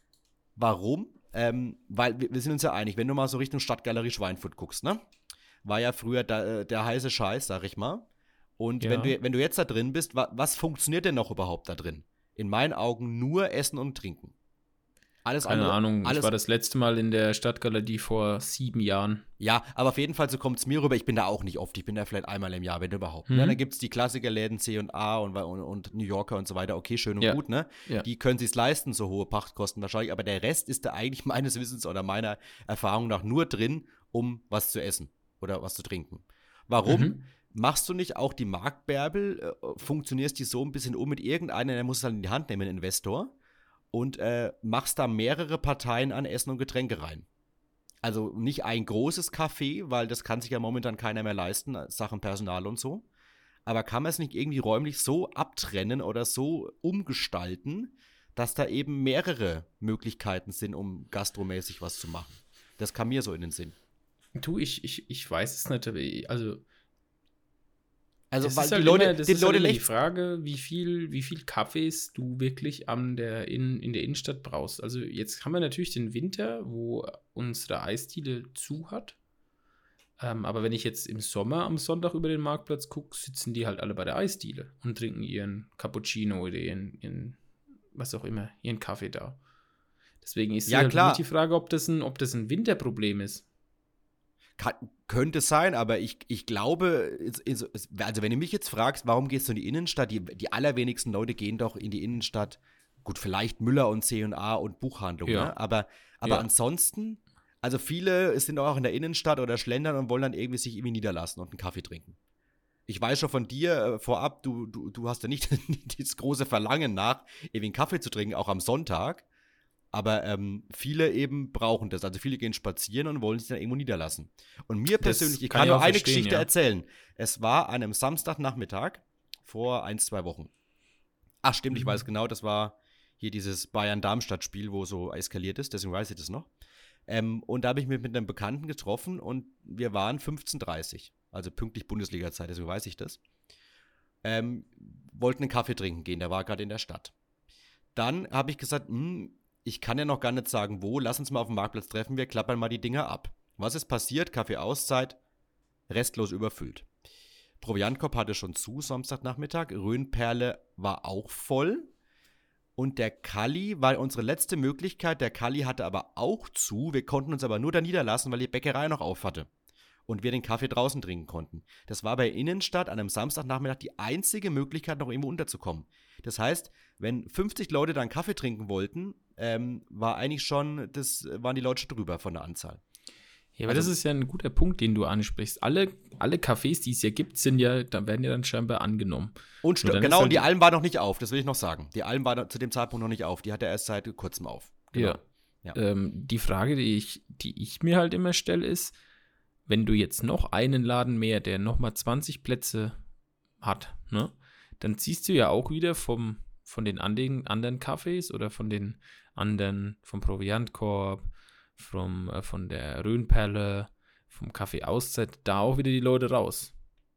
warum? Ähm, weil wir, wir sind uns ja einig, wenn du mal so Richtung Stadtgalerie Schweinfurt guckst, ne? War ja früher da, der heiße Scheiß, sag ich mal. Und Ja. wenn, du, wenn du jetzt da drin bist, wa, was funktioniert denn noch überhaupt da drin? In meinen Augen nur Essen und Trinken. Alles Keine andere, Ahnung, alles ich war das letzte Mal in der Stadtgalerie vor sieben Jahren. Ja, aber auf jeden Fall, so kommt es mir rüber. Ich bin da auch nicht oft. Ich bin da vielleicht einmal im Jahr, wenn überhaupt. Mhm. Ne? Da gibt es die Klassikerläden C und A und, und, und New Yorker und so weiter. Okay, schön und Ja. gut, ne? Ja. Die können sich leisten, so hohe Pachtkosten wahrscheinlich. Aber der Rest ist da eigentlich meines Wissens oder meiner Erfahrung nach nur drin, um was zu essen oder was zu trinken. Warum? Mhm. Machst du nicht auch die Marktbärbel, äh, funktionierst die so ein bisschen um mit irgendeinem, der muss es halt in die Hand nehmen, Investor, und äh, machst da mehrere Parteien an Essen und Getränke rein. Also nicht ein großes Café, weil das kann sich ja momentan keiner mehr leisten, Sachen Personal und so. Aber kann man es nicht irgendwie räumlich so abtrennen oder so umgestalten, dass da eben mehrere Möglichkeiten sind, um gastromäßig was zu machen? Das kam mir so in den Sinn. Du, ich, ich, ich weiß es nicht, aber also Also, das weil ist die halt Leute, immer, das die ist halt Leute immer die nicht. Frage, wie viel, wie viel Kaffees du wirklich an der in, in der Innenstadt brauchst. Also jetzt haben wir natürlich den Winter, wo unsere Eisdiele zu hat. Ähm, aber wenn ich jetzt im Sommer am Sonntag über den Marktplatz gucke, sitzen die halt alle bei der Eisdiele und trinken ihren Cappuccino oder ihren, ihren was auch immer, ihren Kaffee da. Deswegen ist es Ja, halt für mich die klar, Frage, ob das ein, ob das ein Winterproblem ist. kann, könnte sein, aber ich, ich glaube, es- es- es- also wenn du mich jetzt fragst, warum gehst du in die Innenstadt? Die, die allerwenigsten Leute gehen doch in die Innenstadt. Gut, vielleicht Müller und C und A und Buchhandlung, Ja, ne? Aber, aber ja. ansonsten, also viele sind auch in der Innenstadt oder schlendern und wollen dann irgendwie sich irgendwie niederlassen und einen Kaffee trinken. Ich weiß schon von dir äh, vorab, du, du, du hast ja nicht dieses große Verlangen nach, irgendwie einen Kaffee zu trinken, auch am Sonntag. Aber ähm, viele eben brauchen das. Also viele gehen spazieren und wollen sich dann irgendwo niederlassen. Und mir Das persönlich, ich kann kann ich nur auch eine verstehen, Geschichte ja. erzählen. Es war an einem Samstagnachmittag vor ein, zwei Wochen. Ach stimmt, ich weiß genau, das war hier dieses Bayern-Darmstadt-Spiel, wo so eskaliert ist, deswegen weiß ich das noch. Ähm, und da habe ich mich mit einem Bekannten getroffen und wir waren fünfzehn Uhr dreißig, also pünktlich Bundesliga-Zeit, deswegen weiß ich das. Ähm, wollten einen Kaffee trinken gehen, der war gerade in der Stadt. Dann habe ich gesagt, hm, ich kann ja noch gar nicht sagen, wo, lass uns mal auf dem Marktplatz treffen, wir klappern mal die Dinger ab. Was ist passiert? Kaffeeauszeit, restlos überfüllt. Proviantkorb hatte schon zu, Samstagnachmittag. Rhönperle war auch voll. Und der Kalli war unsere letzte Möglichkeit. Der Kalli hatte aber auch zu. Wir konnten uns aber nur da niederlassen, weil die Bäckerei noch auf hatte. Und wir den Kaffee draußen trinken konnten. Das war bei Innenstadt an einem Samstagnachmittag die einzige Möglichkeit, noch irgendwo unterzukommen. Das heißt, wenn fünfzig Leute da einen Kaffee trinken wollten, ähm, war eigentlich schon, das waren die Leute schon drüber von der Anzahl. Ja, aber Also- das ist ja ein guter Punkt, den du ansprichst. Alle, alle Cafés, die es ja gibt, sind ja, da werden ja dann scheinbar angenommen. Und Nur st- dann genau, ist und halt die Alm war noch nicht auf, das will ich noch sagen. Die Alm war da zu dem Zeitpunkt noch nicht auf. Die hatte erst seit kurzem auf. Genau. Ja. Ja. Ähm, die Frage, die ich, die ich mir halt immer stelle, ist, wenn du jetzt noch einen Laden mehr, der nochmal zwanzig Plätze hat, ne, dann ziehst du ja auch wieder vom, von den anderen, anderen Cafés oder von den anderen, vom Proviantkorb, vom, äh, von der Rhönperle, vom Café Auszeit, da auch wieder die Leute raus.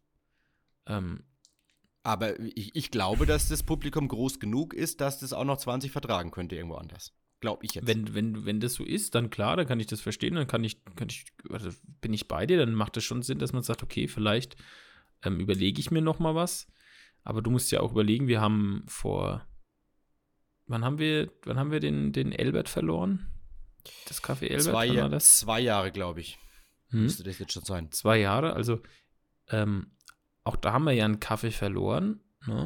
Ähm, Aber ich, ich glaube, dass das Publikum groß genug ist, dass das auch noch zwanzig vertragen könnte irgendwo anders. Glaube ich jetzt. Wenn, wenn, wenn das so ist, dann klar, dann kann ich das verstehen, dann kann ich, kann ich, also bin ich bei dir, dann macht es schon Sinn, dass man sagt, okay, vielleicht ähm, überlege ich mir noch mal was. Aber du musst ja auch überlegen, wir haben vor, wann haben wir, wann haben wir den, den Elbert verloren? Das Café Elbert, zwei, wann war das? zwei Jahre, glaube ich. Hm? Müsste das jetzt schon sein. Zwei Jahre, also ähm, auch da haben wir ja einen Kaffee verloren, ne?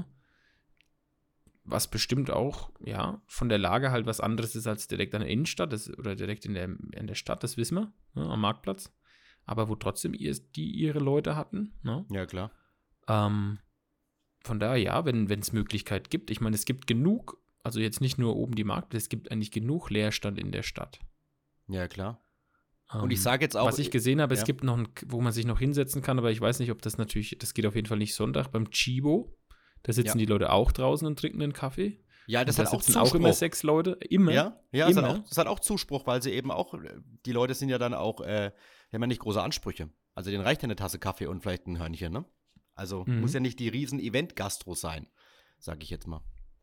Was bestimmt auch, ja, von der Lage halt was anderes ist als direkt an der Innenstadt das, oder direkt in der, in der Stadt, das wissen wir, ne, am Marktplatz. Aber wo trotzdem ihr, die ihre Leute hatten, ne? Ja, klar. Ähm, von daher, ja, wenn es Möglichkeit gibt. Ich meine, es gibt genug, also jetzt nicht nur oben die Marktplätze, es gibt eigentlich genug Leerstand in der Stadt. Ja, klar. Ähm, Und ich sage jetzt auch- was ich gesehen habe, ja. es gibt noch, ein, wo man sich noch hinsetzen kann, aber ich weiß nicht, ob das natürlich, das geht auf jeden Fall nicht Sonntag, beim Chibo. Da sitzen Ja. die Leute auch draußen und trinken einen Kaffee. Ja, das Und hat da auch sitzen auch immer Zuspruch. sechs Leute. Immer. Ja, ja, es hat, Immer. auch, es hat auch Zuspruch, weil sie eben auch, die Leute sind ja dann auch, äh, die haben ja nicht große Ansprüche. Also denen reicht ja eine Tasse Kaffee und vielleicht ein Hörnchen, ne? Also Mhm. muss ja nicht die riesen Event-Gastro sein, sage ich jetzt mal.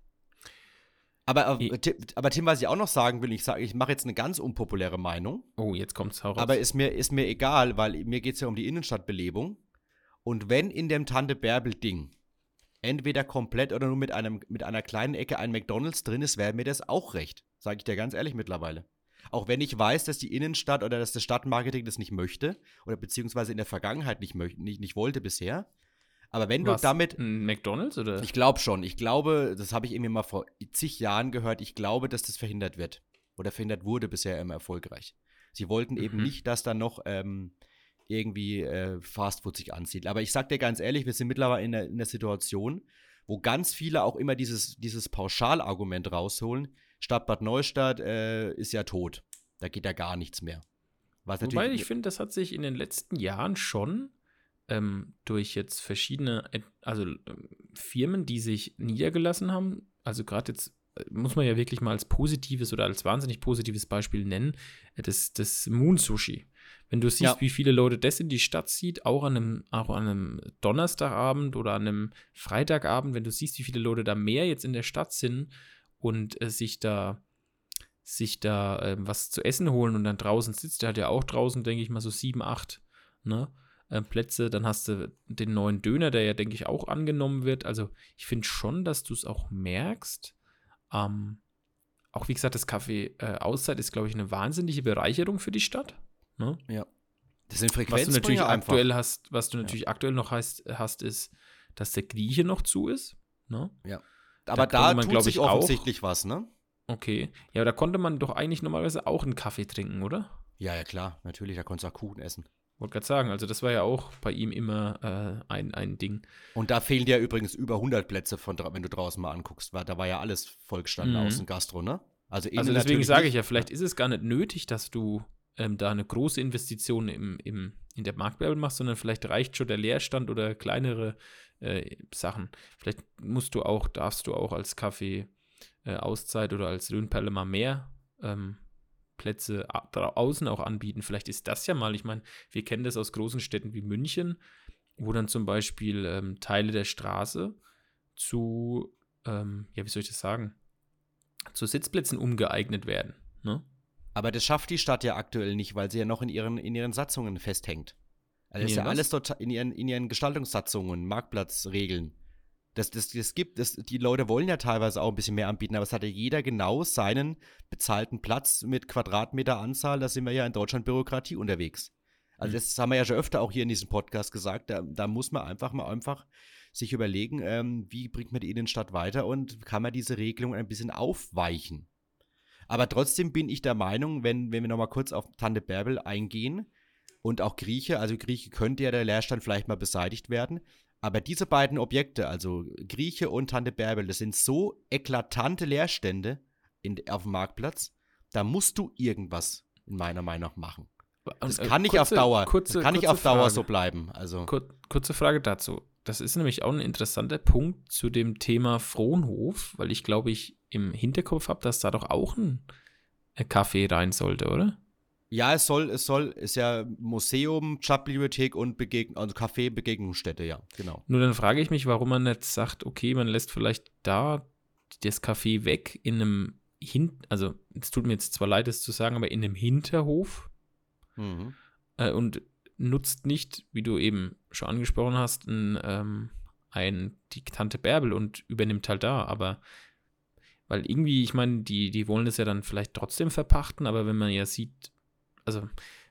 Aber, I- äh, Tim, aber Tim, was ich auch noch sagen will, ich sage, ich mache jetzt eine ganz unpopuläre Meinung, Oh, jetzt kommt's heraus. aber ist mir, ist mir egal, weil mir geht es ja um die Innenstadtbelebung. Und wenn in dem Tante-Bärbel-Ding entweder komplett oder nur mit, einem, mit einer kleinen Ecke ein McDonalds drin ist, wäre mir das auch recht. Sage ich dir ganz ehrlich mittlerweile. Auch wenn ich weiß, dass die Innenstadt oder dass das Stadtmarketing das nicht möchte oder beziehungsweise in der Vergangenheit nicht, möcht, nicht, nicht wollte bisher. Aber wenn Was? du damit, Ein McDonalds oder? ich glaube schon, ich glaube, das habe ich irgendwie mal vor zig Jahren gehört, ich glaube, dass das verhindert wird. Oder verhindert wurde bisher immer erfolgreich. Sie wollten eben Mhm. nicht, dass da noch ähm, irgendwie äh, Fastfood sich ansiedelt. Aber ich sag dir ganz ehrlich, wir sind mittlerweile in der, in der Situation, wo ganz viele auch immer dieses, dieses Pauschalargument rausholen. Stadt Bad Neustadt äh, ist ja tot. Da geht ja gar nichts mehr. Was Wobei ich finde, das hat sich in den letzten Jahren schon ähm, durch jetzt verschiedene, also ähm, Firmen, die sich niedergelassen haben, also gerade jetzt äh, muss man ja wirklich mal als positives oder als wahnsinnig positives Beispiel nennen, äh, das, das Moon Sushi. Wenn du siehst, Ja. wie viele Leute das in die Stadt zieht, auch an einem, auch an einem Donnerstagabend oder an einem Freitagabend, wenn du siehst, wie viele Leute da mehr jetzt in der Stadt sind und äh, sich da sich da äh, was zu essen holen und dann draußen sitzt, der hat ja auch draußen, denke ich mal, so sieben, acht ne, äh, Plätze. Dann hast du den neuen Döner, der ja, denke ich, auch angenommen wird. Also ich finde schon, dass du es auch merkst. Ähm, auch wie gesagt, das Café äh, Auszeit ist, glaube ich, eine wahnsinnige Bereicherung für die Stadt. Ne? Ja. Das sind Was du natürlich Frequenzbringer einfach. aktuell hast, was du natürlich ja. aktuell noch hast, hast, ist, dass der Grieche noch zu ist. Ne? Ja. Aber da, da man, tut sich ich, offensichtlich auch, was, ne? Okay. Ja, aber da konnte man doch eigentlich normalerweise auch einen Kaffee trinken, oder? Ja, ja, klar. Natürlich, da konntest du auch Kuchen essen. Wollte gerade sagen, also das war ja auch bei ihm immer äh, ein, ein Ding. Und da fehlen dir übrigens über hundert Plätze, von, wenn du draußen mal anguckst, weil da war ja alles vollgestanden mhm. außen Gastro, ne? Also, also deswegen sage ich ja, vielleicht ist es gar nicht nötig, dass du ähm, da eine große Investition im, im, in der Marktwerbung machst, sondern vielleicht reicht schon der Leerstand oder kleinere äh, Sachen. Vielleicht musst du auch, darfst du auch als Kaffee äh, Auszeit oder als Rhönperle mal mehr ähm, Plätze außen auch anbieten. Vielleicht ist das ja mal, ich meine, wir kennen das aus großen Städten wie München, wo dann zum Beispiel ähm, Teile der Straße zu, ähm, ja, wie soll ich das sagen, zu Sitzplätzen umgeeignet werden. Ne? Aber das schafft die Stadt ja aktuell nicht, weil sie ja noch in ihren, in ihren Satzungen festhängt. Also das ist ja was? alles dort in ihren, in ihren Gestaltungssatzungen, Marktplatzregeln. Das, das, das gibt, das, die Leute wollen ja teilweise auch ein bisschen mehr anbieten, aber es hat ja jeder genau seinen bezahlten Platz mit Quadratmeteranzahl. Da sind wir ja in Deutschland Bürokratie unterwegs. Also mhm. das haben wir ja schon öfter auch hier in diesem Podcast gesagt. Da, da muss man einfach mal einfach sich überlegen, ähm, wie bringt man die Innenstadt weiter und kann man diese Regelung ein bisschen aufweichen. Aber trotzdem bin ich der Meinung, wenn, wenn wir nochmal kurz auf Tante Bärbel eingehen und auch Grieche, also Grieche könnte ja der Leerstand vielleicht mal beseitigt werden. Aber diese beiden Objekte, also Grieche und Tante Bärbel, das sind so eklatante Leerstände in, auf dem Marktplatz, da musst du irgendwas in meiner Meinung nach machen. Das kann nicht kurze, auf Dauer, kurze, das kann nicht auf Dauer Frage. so bleiben. Also. Kur- kurze Frage dazu. Das ist nämlich auch ein interessanter Punkt zu dem Thema Frohnhof, weil ich glaube, ich im Hinterkopf habe, dass da doch auch ein Café rein sollte, oder? Ja, es soll, es soll, ist ja Museum, Stadtbibliothek und Begegn also Café, Begegnungsstätte, ja, genau. Nur dann frage ich mich, warum man nicht sagt, okay, man lässt vielleicht da das Café weg in einem, Hin- also es tut mir jetzt zwar leid, das zu sagen, aber in einem Hinterhof mhm. äh, und nutzt nicht, wie du eben schon angesprochen hast, ein, ähm, ein, die Tante Bärbel und übernimmt halt da, aber weil irgendwie, ich meine, die, die wollen das ja dann vielleicht trotzdem verpachten, aber wenn man ja sieht, also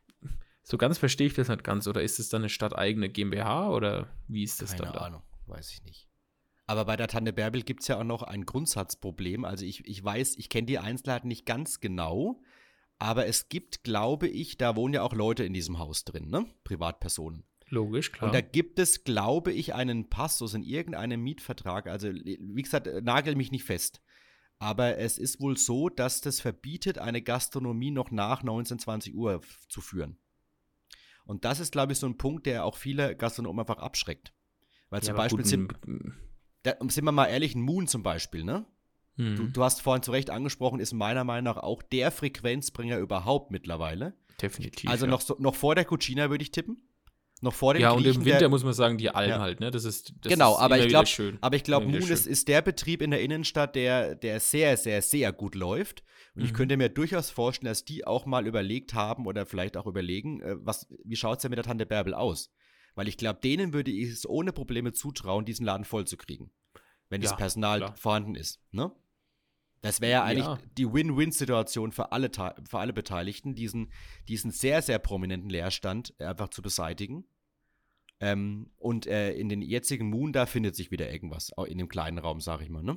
so ganz verstehe ich das nicht ganz. Oder ist es dann eine stadteigene GmbH oder wie ist das Keine dann da? Keine Ahnung, weiß ich nicht. Aber bei der Tante Bärbel gibt es ja auch noch ein Grundsatzproblem. Also ich, ich weiß, ich kenne die Einzelheiten nicht ganz genau, aber es gibt, glaube ich, da wohnen ja auch Leute in diesem Haus drin, ne? Privatpersonen. Logisch, klar. Und da gibt es, glaube ich, einen Passus in irgendeinem Mietvertrag. Also wie gesagt, nagel mich nicht fest. Aber es ist wohl so, dass das verbietet, eine Gastronomie noch nach neunzehn, zwanzig Uhr f- zu führen. Und das ist, glaube ich, so ein Punkt, der auch viele Gastronomen einfach abschreckt. Weil ja, zum Beispiel, gut, sind, da, sind wir mal ehrlich, ein Moon zum Beispiel, ne? Mhm. Du, du hast vorhin zu Recht angesprochen, ist meiner Meinung nach auch der Frequenzbringer überhaupt mittlerweile. Definitiv. Also ja. noch, so, noch vor der Cucina würde ich tippen. Noch vor dem Ja, Griechen, und im Winter der, muss man sagen, die Alm ja. halt, ne? Das ist, das genau, ist aber, immer ich glaub, schön. aber ich glaube, Moon ist, ist der Betrieb in der Innenstadt, der, der sehr, sehr, sehr gut läuft. Und mhm. ich könnte mir durchaus vorstellen, dass die auch mal überlegt haben oder vielleicht auch überlegen, was, wie schaut es denn mit der Tante Bärbel aus? Weil ich glaube, denen würde ich es ohne Probleme zutrauen, diesen Laden voll zu kriegen. Wenn ja, das Personal klar. vorhanden ist, ne? Das wäre ja eigentlich ja. die Win-Win-Situation für alle, für alle Beteiligten, diesen, diesen sehr, sehr prominenten Leerstand einfach zu beseitigen. Ähm, und äh, in den jetzigen Moon, da findet sich wieder irgendwas, auch in dem kleinen Raum, sag ich mal, ne?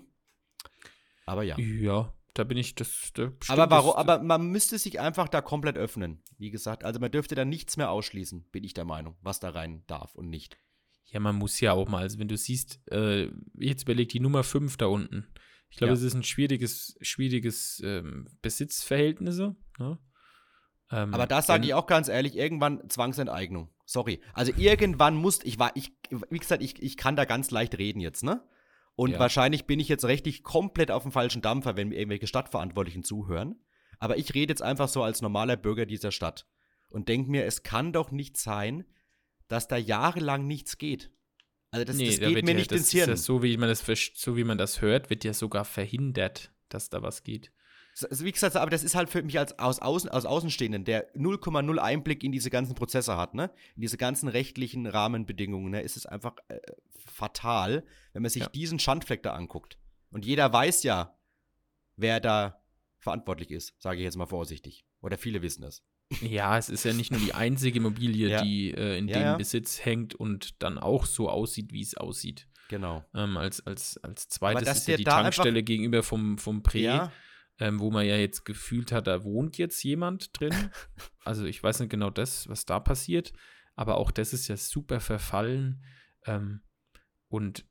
Aber ja. Ja, da bin ich, das, da aber, warum, das, aber man müsste sich einfach da komplett öffnen, wie gesagt. Also man dürfte da nichts mehr ausschließen, bin ich der Meinung, was da rein darf und nicht. Ja, man muss ja auch mal, also wenn du siehst, äh, jetzt überleg die Nummer fünf da unten. Ich glaube, ja. es ist ein schwieriges, schwieriges ähm, Besitzverhältnisse, ne? Ähm, Aber das sage ich auch ganz ehrlich, irgendwann Zwangsenteignung. Sorry. Also irgendwann muss, ich war, ich, wie gesagt, ich, ich kann da ganz leicht reden jetzt, ne? Und Ja. wahrscheinlich bin ich jetzt rechtlich komplett auf dem falschen Dampfer, wenn mir irgendwelche Stadtverantwortlichen zuhören. Aber ich rede jetzt einfach so als normaler Bürger dieser Stadt und denke mir, es kann doch nicht sein, dass da jahrelang nichts geht. Also das, Nee, das da geht wird mir ja, nicht das ins ist ja Hirn. so, wie man das, versch- so wie man das hört, wird ja sogar verhindert, dass da was geht. Also wie gesagt, aber das ist halt für mich als aus, Außen, aus Außenstehenden, der null Komma null Einblick in diese ganzen Prozesse hat, ne? In diese ganzen rechtlichen Rahmenbedingungen, ne? Ist es einfach äh, fatal, wenn man sich Ja. diesen Schandfleck da anguckt. Und jeder weiß ja, wer da verantwortlich ist, sage ich jetzt mal vorsichtig. Oder viele wissen es. Ja, es ist ja nicht nur die einzige Immobilie, Ja. die äh, in Ja, dem ja. Besitz hängt und dann auch so aussieht, wie es aussieht. Genau. Ähm, als, als, als Aber zweites dass ist ja der die da Tankstelle einfach- gegenüber vom, vom Prä, Ja, ähm, wo man ja jetzt gefühlt hat, da wohnt jetzt jemand drin. Also ich weiß nicht genau das, was da passiert, aber auch das ist ja super verfallen. Ähm, und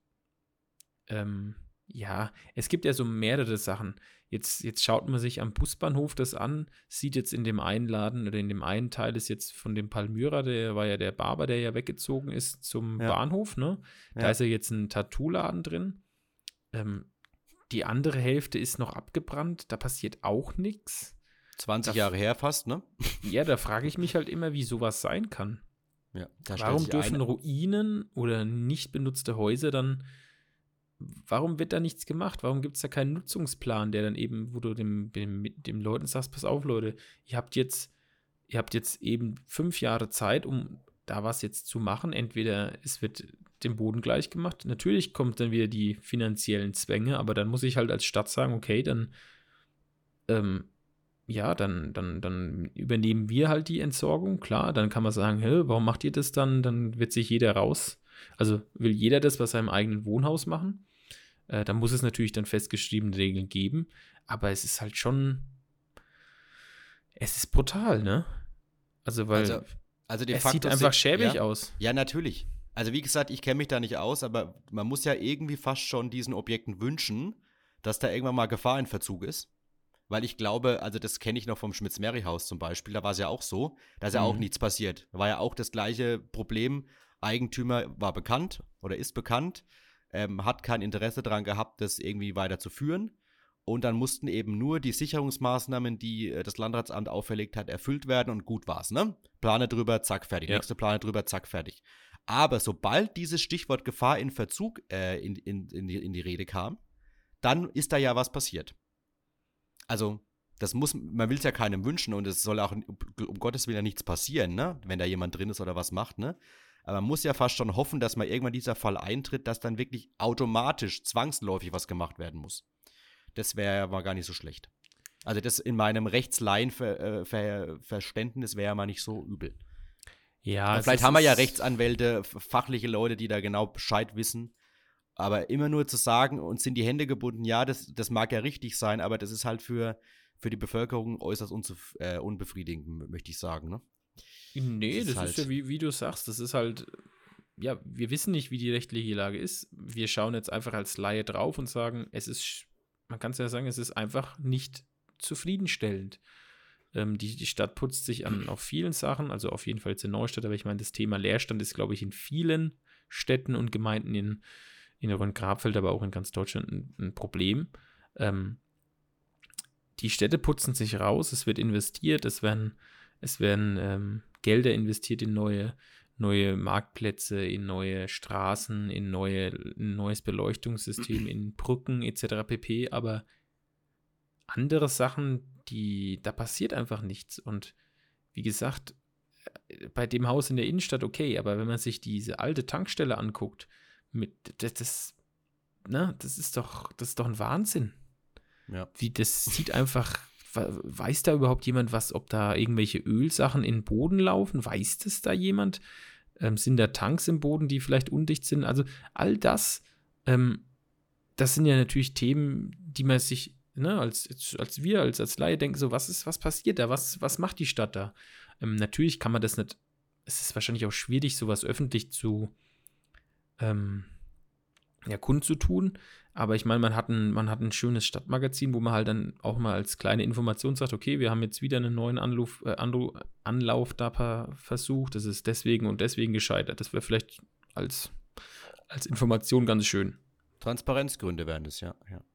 ähm, ja, es gibt ja so mehrere Sachen. Jetzt, jetzt schaut man sich am Busbahnhof das an, sieht jetzt in dem einen Laden oder in dem einen Teil ist jetzt von dem Palmyra, der war ja der Barber, der ja weggezogen ist zum Ja. Bahnhof, ne? Da Ja. ist ja jetzt ein Tattoo-Laden drin. Ähm, die andere Hälfte ist noch abgebrannt, da passiert auch nichts. zwanzig Da- Jahre her fast, ne? Ja, da frage ich mich halt immer, wie sowas sein kann. Ja. Da stellt Warum sich dürfen ein- Ruinen oder nicht benutzte Häuser dann, warum wird da nichts gemacht? Warum gibt es da keinen Nutzungsplan, der dann eben, wo du dem, dem, dem Leuten sagst, pass auf, Leute, ihr habt jetzt, ihr habt jetzt eben fünf Jahre Zeit, um da was jetzt zu machen. Entweder es wird dem Boden gleich gemacht. Natürlich kommt dann wieder die finanziellen Zwänge, aber dann muss ich halt als Stadt sagen, okay, dann ähm, ja, dann, dann, dann übernehmen wir halt die Entsorgung, klar, dann kann man sagen, hä, warum macht ihr das dann? Dann wird sich jeder raus, also will jeder das bei seinem eigenen Wohnhaus machen. Äh, da muss es natürlich dann festgeschriebene Regeln geben, aber es ist halt schon, es ist brutal, ne? Also, weil Also, also de es facto sieht einfach sind- schäbig ja? aus. Ja, natürlich. Also wie gesagt, ich kenne mich da nicht aus, aber man muss ja irgendwie fast schon diesen Objekten wünschen, dass da irgendwann mal Gefahr in Verzug ist. Weil ich glaube, also das kenne ich noch vom Schmitz-Mary-Haus zum Beispiel, da war es ja auch so, da ist ja auch Mhm. nichts passiert. Da war ja auch das gleiche Problem, Eigentümer war bekannt oder ist bekannt, ähm, hat kein Interesse daran gehabt, das irgendwie weiterzuführen. Und dann mussten eben nur die Sicherungsmaßnahmen, die äh, das Landratsamt auferlegt hat, erfüllt werden und gut war's, ne? Plane drüber, zack, fertig. Ja. Nächste Plane drüber, zack, fertig. Aber sobald dieses Stichwort Gefahr in Verzug äh, in, in, in, die, in die Rede kam, dann ist da ja was passiert. Also, das muss, man will es ja keinem wünschen und es soll auch um Gottes Willen ja nichts passieren, ne? Wenn da jemand drin ist oder was macht, ne? Aber man muss ja fast schon hoffen, dass mal irgendwann dieser Fall eintritt, dass dann wirklich automatisch, zwangsläufig was gemacht werden muss. Das wäre ja mal gar nicht so schlecht. Also das in meinem Rechtslaienverständnis wäre ja mal nicht so übel. Ja, Und es vielleicht ist- haben wir ja es- Rechtsanwälte, f- fachliche Leute, die da genau Bescheid wissen. Aber immer nur zu sagen, uns sind die Hände gebunden, ja, das, das mag ja richtig sein, aber das ist halt für, für die Bevölkerung äußerst unzuf- äh, unbefriedigend, m- möchte ich sagen, ne? Nee, Das das ist ist, halt- ja, wie, wie du sagst, das ist halt, ja, wir wissen nicht, wie die rechtliche Lage ist. Wir schauen jetzt einfach als Laie drauf und sagen, es ist, sch- man kann es ja sagen, es ist einfach nicht zufriedenstellend. Ähm, die, die Stadt putzt sich an auf vielen Sachen, also auf jeden Fall jetzt in Neustadt, aber ich meine, das Thema Leerstand ist, glaube ich, in vielen Städten und Gemeinden in, in Rhön-Grabfeld, aber auch in ganz Deutschland ein, ein Problem. Ähm, die Städte putzen sich raus, es wird investiert, es werden, es werden ähm, Gelder investiert in neue, neue Marktplätze, in neue Straßen, in neue, ein neues Beleuchtungssystem, in Brücken et cetera pp. Aber andere Sachen, die, da passiert einfach nichts. Und wie gesagt, äh, bei dem Haus in der Innenstadt okay, aber wenn man sich diese alte Tankstelle anguckt, mit, das, das, ne, das ist doch, das ist doch ein Wahnsinn. Ja. Wie, das sieht einfach, we- weiß da überhaupt jemand was, ob da irgendwelche Ölsachen in den Boden laufen? Weiß das da jemand? Ähm, sind da Tanks im Boden, die vielleicht undicht sind? Also all das, ähm, das sind ja natürlich Themen, die man sich, ne, als, als wir, als, als Laie denken, so, was ist, was passiert da? Was, was macht die Stadt da? Ähm, natürlich kann man das nicht, es ist wahrscheinlich auch schwierig, sowas öffentlich zu, ähm, ja, kundzutun. Aber ich meine, man hat ein, man hat ein schönes Stadtmagazin, wo man halt dann auch mal als kleine Information sagt, okay, wir haben jetzt wieder einen neuen Anlauf, äh, Anlauf, Anlauf da per- versucht, das ist deswegen und deswegen gescheitert. Das wäre vielleicht als, als Information ganz schön. Transparenzgründe wären das, ja. Ja,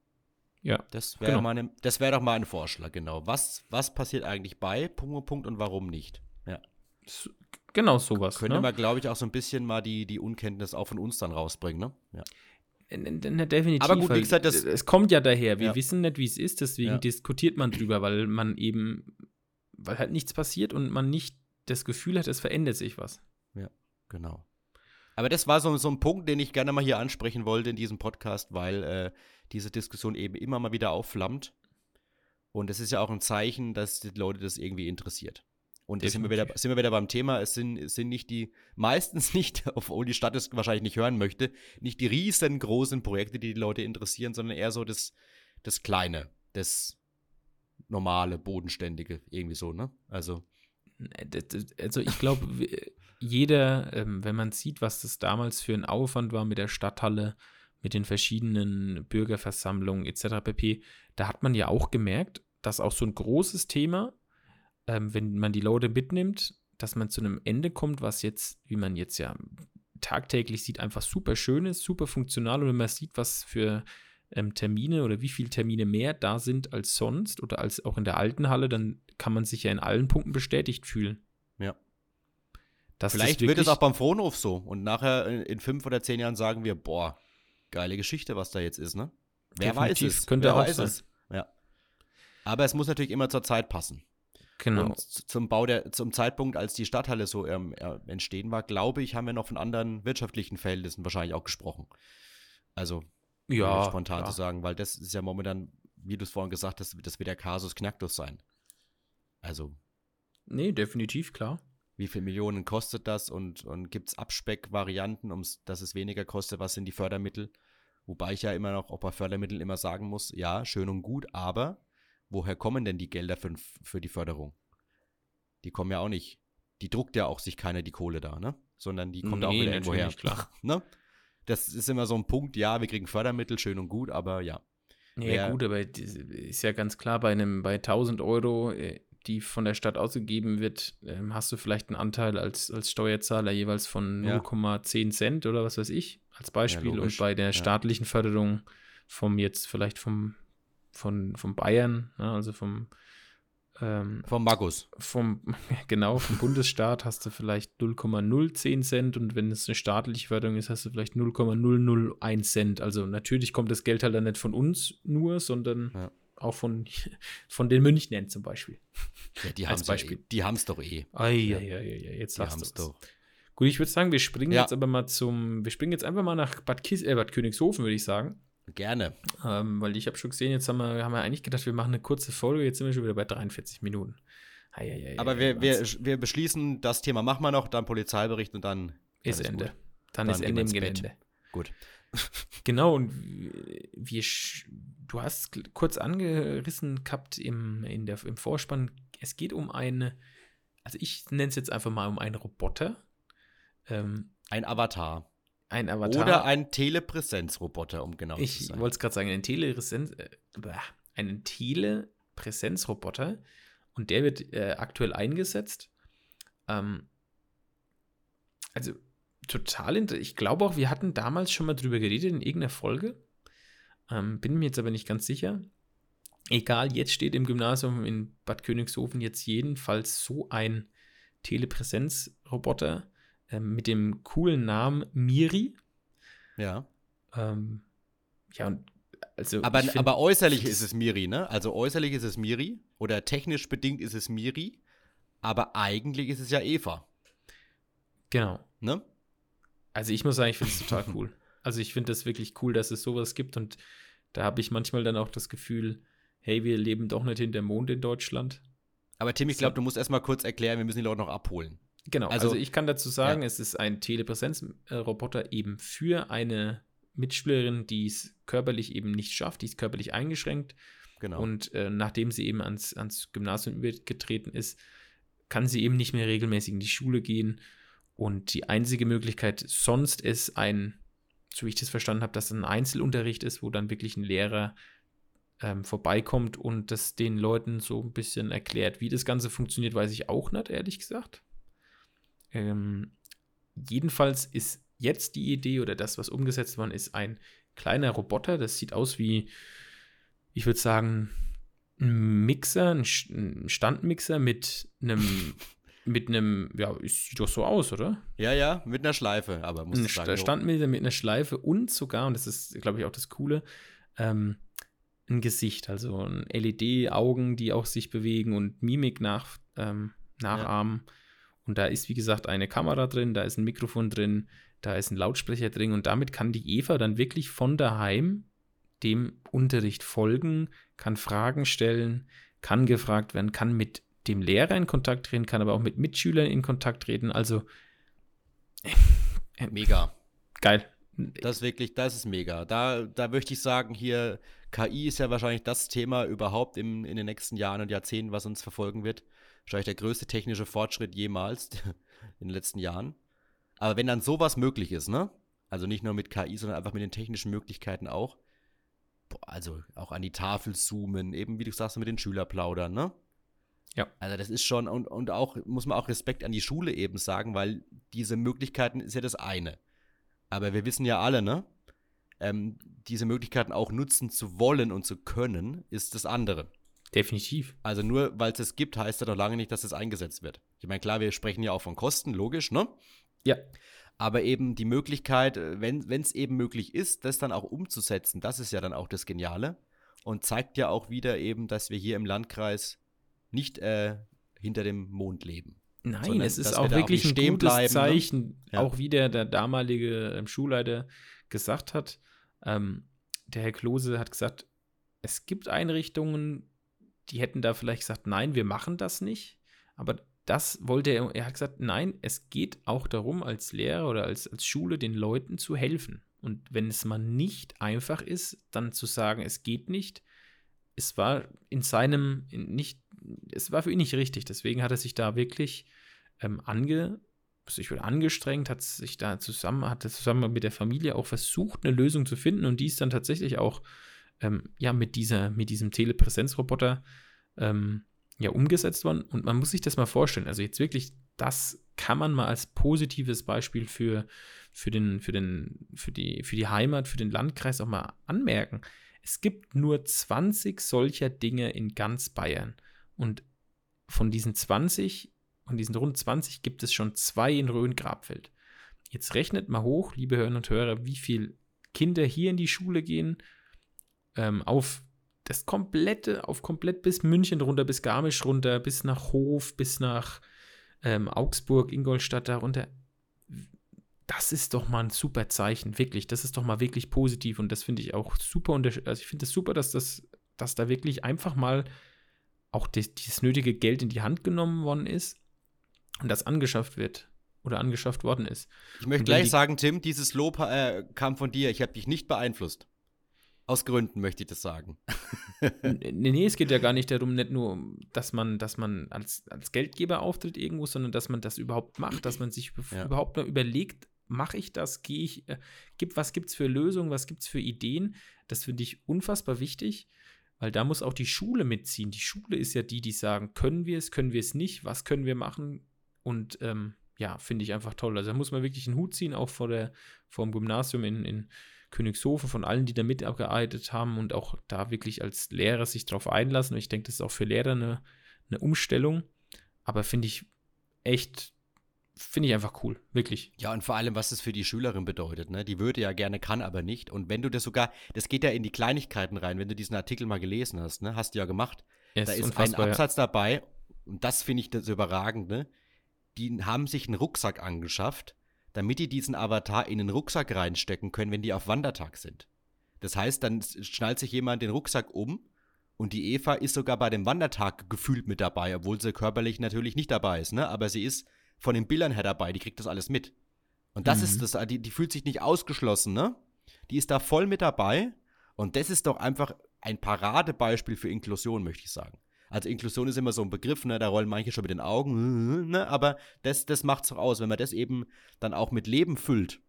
Ja, das wäre genau. meine, das wäre doch mal ein Vorschlag, genau. Was, was passiert eigentlich bei Punkt, Punkt, Punkt und warum nicht? Ja. So, genau sowas. Könnte Ne? man, glaube ich, auch so ein bisschen mal die, die Unkenntnis auch von uns dann rausbringen, ne? Ja. N- n- n- Definitiv. Aber gut, wie weil gesagt, das- es kommt ja daher. Wir Ja. wissen nicht, wie es ist, deswegen Ja. diskutiert man drüber, weil man eben, weil halt nichts passiert und man nicht das Gefühl hat, es verändert sich was. Genau. Aber das war so, so ein Punkt, den ich gerne mal hier ansprechen wollte in diesem Podcast, weil äh, diese Diskussion eben immer mal wieder aufflammt. Und es ist ja auch ein Zeichen, dass die Leute das irgendwie interessiert. Und da sind wir, wieder, sind wir wieder beim Thema, es sind, es sind nicht die, meistens nicht, obwohl die Stadt es wahrscheinlich nicht hören möchte, nicht die riesengroßen Projekte, die die Leute interessieren, sondern eher so das, das Kleine, das normale, bodenständige, irgendwie so, ne? Also, Das- das- Also ich glaube, jeder, ähm, wenn man sieht, was das damals für ein Aufwand war mit der Stadthalle, mit den verschiedenen Bürgerversammlungen et cetera pp., da hat man ja auch gemerkt, dass auch so ein großes Thema, ähm, wenn man die Leute mitnimmt, dass man zu einem Ende kommt, was jetzt, wie man jetzt ja tagtäglich sieht, einfach super schön ist, super funktional, und wenn man sieht, was für ähm, Termine oder wie viele Termine mehr da sind als sonst oder als auch in der alten Halle, dann kann man sich ja in allen Punkten bestätigt fühlen. ja. Dass Vielleicht das wird es wirklich- auch beim Frohnhof so. Und nachher in, in fünf oder zehn Jahren sagen wir, boah, geile Geschichte, was da jetzt ist, ne? Wer weiß Definitiv, es? könnte Wer auch weiß sein. es? Ja. Aber es muss natürlich immer zur Zeit passen. Genau. Und z- zum Bau der, zum Zeitpunkt, als die Stadthalle so ähm, äh, entstehen war, glaube ich, haben wir noch von anderen wirtschaftlichen Verhältnissen wahrscheinlich auch gesprochen. Also, Ja, um spontan klar. zu sagen, weil das ist ja momentan, wie du es vorhin gesagt hast, das wird der Kasus Knacktus sein. Also, Nee, definitiv, klar. wie viel Millionen kostet das und, und gibt es Abspeckvarianten, um dass es weniger kostet? Was sind die Fördermittel? Wobei ich ja immer noch auch bei Fördermitteln immer sagen muss, ja, schön und gut, aber woher kommen denn die Gelder für, für die Förderung? Die kommen ja auch nicht, die druckt ja auch sich keiner die Kohle da, ne? Sondern die kommt Nee, auch wieder irgendwo her. natürlich, klar. Ne? Das ist immer so ein Punkt, ja, wir kriegen Fördermittel, schön und gut, aber ja. Ja, Wer- gut, aber das ist ja ganz klar, bei einem, bei tausend Euro, äh, die von der Stadt ausgegeben wird, ähm, hast du vielleicht einen Anteil als, als Steuerzahler jeweils von Ja. null Komma zehn Cent oder was weiß ich, als Beispiel. Und logisch. bei der Ja. staatlichen Förderung vom jetzt vielleicht vom, von, vom Bayern, ne, also vom, ähm, Vom Magus. vom, genau, vom Bundesstaat hast du vielleicht null Komma null zehn Cent, und wenn es eine staatliche Förderung ist, hast du vielleicht null Komma null null eins Cent. Also natürlich kommt das Geld halt dann nicht von uns nur, sondern Ja. auch von, von den Münchnern zum Beispiel. Ja, die Als haben's ja Beispiel. eh. Die haben es doch eh. Eieieiei, jetzt Die sagst haben du es es. doch. Gut, ich würde sagen, wir springen Ja. jetzt aber mal zum, wir springen jetzt einfach mal nach Bad, Kis, äh, Bad Königshofen, würde ich sagen. Gerne. Ähm, weil ich habe schon gesehen, jetzt haben wir, haben wir eigentlich gedacht, wir machen eine kurze Folge, jetzt sind wir schon wieder bei dreiundvierzig Minuten. Eieiei, Aber wir, wir, Wahnsinn. wir beschließen, das Thema machen wir noch, dann Polizeibericht und dann ist dann Ende. gut. Dann, Dann ist gehen Ende wir im ins Bett. Gelände. Gut. Genau, und wir, sch- du hast kl- kurz angerissen gehabt im, in der, im Vorspann, es geht um eine, also ich nenne es jetzt einfach mal um einen Roboter, ähm, Ein Avatar. ein Avatar. Oder ein Telepräsenzroboter, um genau zu Ich sein. wollte es gerade sagen, einen Telepräsenz, äh, bah, einen Telepräsenzroboter, und der wird äh, aktuell eingesetzt. Ähm, also total interessant. Ich glaube auch, wir hatten damals schon mal drüber geredet in irgendeiner Folge. Ähm, bin mir jetzt aber nicht ganz sicher. Egal, jetzt steht im Gymnasium in Bad Königshofen jetzt jedenfalls so ein Telepräsenzroboter ähm, mit dem coolen Namen Miri. Ja. Ähm, ja, und also Aber, ich find- aber äußerlich ist es Miri, ne? Also äußerlich ist es Miri oder technisch bedingt ist es Miri, aber eigentlich ist es ja Eva, Genau. ne? Also ich muss sagen, ich finde es total cool. Also ich finde das wirklich cool, dass es sowas gibt, und da habe ich manchmal dann auch das Gefühl, hey, wir leben doch nicht hinterm Mond in Deutschland. Aber Tim, ich So. glaube, du musst erstmal kurz erklären, wir müssen die Leute noch abholen. Genau, also, Also- ich kann dazu sagen, es ist ein Telepräsenzroboter eben für eine Mitspielerin, die es körperlich eben nicht schafft, die ist körperlich eingeschränkt, Genau. und äh, nachdem sie eben ans, ans Gymnasium übergetreten ist, kann sie eben nicht mehr regelmäßig in die Schule gehen, und die einzige Möglichkeit sonst ist ein so wie ich das verstanden habe, dass es ein Einzelunterricht ist, wo dann wirklich ein Lehrer ähm, vorbeikommt und das den Leuten so ein bisschen erklärt. Wie das Ganze funktioniert, weiß ich auch nicht, ehrlich gesagt. Ähm, jedenfalls ist jetzt die Idee oder das, was umgesetzt worden ist, ein kleiner Roboter. Das sieht aus wie, ich würde sagen, ein Mixer, ein Standmixer mit einem, mit einem, ja, es sieht doch so aus, oder? Ja, ja, mit einer Schleife, aber muss Ein ich sagen. Standmixer mit einer Schleife und sogar, und das ist, glaube ich, auch das Coole, ähm, ein Gesicht, also ein L E D-Augen, die auch sich bewegen und Mimik nach, ähm, nachahmen. Ja. Und da ist, wie gesagt, eine Kamera drin, da ist ein Mikrofon drin, da ist ein Lautsprecher drin und damit kann die Eva dann wirklich von daheim dem Unterricht folgen, kann Fragen stellen, kann gefragt werden, kann mit dem Lehrer in Kontakt treten, kann aber auch mit Mitschülern in Kontakt treten. Also äh, mega. Geil. Das ist wirklich, das ist mega. Da, da möchte ich sagen, hier K I ist ja wahrscheinlich das Thema überhaupt im, in den nächsten Jahren und Jahrzehnten, was uns verfolgen wird. Wahrscheinlich der größte technische Fortschritt jemals in den letzten Jahren. Aber wenn dann sowas möglich ist, ne? Also nicht nur mit K I, sondern einfach mit den technischen Möglichkeiten auch. Boah, also auch an die Tafel zoomen, eben wie du sagst, mit den Schülern plaudern, ne? Ja. Also das ist schon, und, und auch, muss man auch Respekt an die Schule eben sagen, weil diese Möglichkeiten ist ja das eine. Aber wir wissen ja alle, ne? Ähm, diese Möglichkeiten auch nutzen zu wollen und zu können, ist das andere. Definitiv. Also nur, weil es es gibt, heißt ja doch lange nicht, dass es eingesetzt wird. Ich meine, klar, wir sprechen ja auch von Kosten, logisch, ne? Ja. Aber eben die Möglichkeit, wenn es eben möglich ist, das dann auch umzusetzen, das ist ja dann auch das Geniale und zeigt ja auch wieder eben, dass wir hier im Landkreis nicht äh, hinter dem Mond leben. Nein, es ist auch wirklich ein gutes bleiben, Zeichen, ne? Ja. Auch wie der, der damalige ähm, Schulleiter gesagt hat. Ähm, der Herr Klose hat gesagt, es gibt Einrichtungen, die hätten da vielleicht gesagt, nein, wir machen das nicht. Aber das wollte er, er hat gesagt, nein, es geht auch darum, als Lehrer oder als, als Schule den Leuten zu helfen. Und wenn es mal nicht einfach ist, dann zu sagen, es geht nicht, es war in seinem, in nicht, es war für ihn nicht richtig. Deswegen hat er sich da wirklich ähm, ange, sich wohl angestrengt, hat sich da zusammen, hat zusammen mit der Familie auch versucht, eine Lösung zu finden und die ist dann tatsächlich auch ähm, ja, mit dieser, mit diesem Telepräsenzroboter ähm, ja, umgesetzt worden. Und man muss sich das mal vorstellen. Also jetzt wirklich, das kann man mal als positives Beispiel für, für, den, für, den, für, die, für die Heimat, für den Landkreis auch mal anmerken. Es gibt nur zwanzig solcher Dinge in ganz Bayern. Und von diesen zwanzig, von diesen rund zwanzig gibt es schon zwei in Rhön-Grabfeld. Jetzt rechnet mal hoch, liebe Hörerinnen und Hörer, wie viele Kinder hier in die Schule gehen, ähm, auf das komplette, auf komplett bis München runter, bis Garmisch runter, bis nach Hof, bis nach ähm, Augsburg, Ingolstadt da runter. Das ist doch mal ein super Zeichen, wirklich. Das ist doch mal wirklich positiv und das finde ich auch super. Also ich finde es das super, dass, das, dass da wirklich einfach mal auch das, dieses nötige Geld in die Hand genommen worden ist und das angeschafft wird oder angeschafft worden ist. Ich möchte gleich sagen, Tim, dieses Lob äh, kam von dir. Ich habe dich nicht beeinflusst. Aus Gründen möchte ich das sagen. nee, nee, es geht ja gar nicht darum, nicht nur, dass man, dass man als, als Geldgeber auftritt irgendwo, sondern dass man das überhaupt macht, dass man sich ja. überhaupt mal überlegt, mache ich das, gehe ich, äh, gibt, was gibt es für Lösungen, was gibt es für Ideen? Das finde ich unfassbar wichtig, weil da muss auch die Schule mitziehen. Die Schule ist ja die, die sagen, können wir es, können wir es nicht, was können wir machen? Und ähm, ja, finde ich einfach toll. Also da muss man wirklich einen Hut ziehen, auch vor, der, vor dem Gymnasium in, in Königshofen, von allen, die da mitgearbeitet haben und auch da wirklich als Lehrer sich drauf einlassen. Und ich denke, das ist auch für Lehrer eine, eine Umstellung. Aber finde ich echt, finde ich einfach cool, wirklich. Ja, und vor allem, was das für die Schülerin bedeutet, ne? Die würde ja gerne, kann aber nicht. Und wenn du das sogar, das geht ja in die Kleinigkeiten rein, wenn du diesen Artikel mal gelesen hast, ne? Hast du ja gemacht. Ja, da ist ein Absatz ja. dabei, und das finde ich das überragend, ne? Die haben sich einen Rucksack angeschafft, damit die diesen Avatar in den Rucksack reinstecken können, wenn die auf Wandertag sind. Das heißt, dann schnallt sich jemand den Rucksack um und die Eva ist sogar bei dem Wandertag gefühlt mit dabei, obwohl sie körperlich natürlich nicht dabei ist, ne? Aber sie ist von den Bildern her dabei, die kriegt das alles mit. Und das mhm. ist das, die, die fühlt sich nicht ausgeschlossen, ne? Die ist da voll mit dabei und das ist doch einfach ein Paradebeispiel für Inklusion, möchte ich sagen. Also Inklusion ist immer so ein Begriff, ne, da rollen manche schon mit den Augen, ne, aber das, das macht's doch aus, wenn man das eben dann auch mit Leben füllt.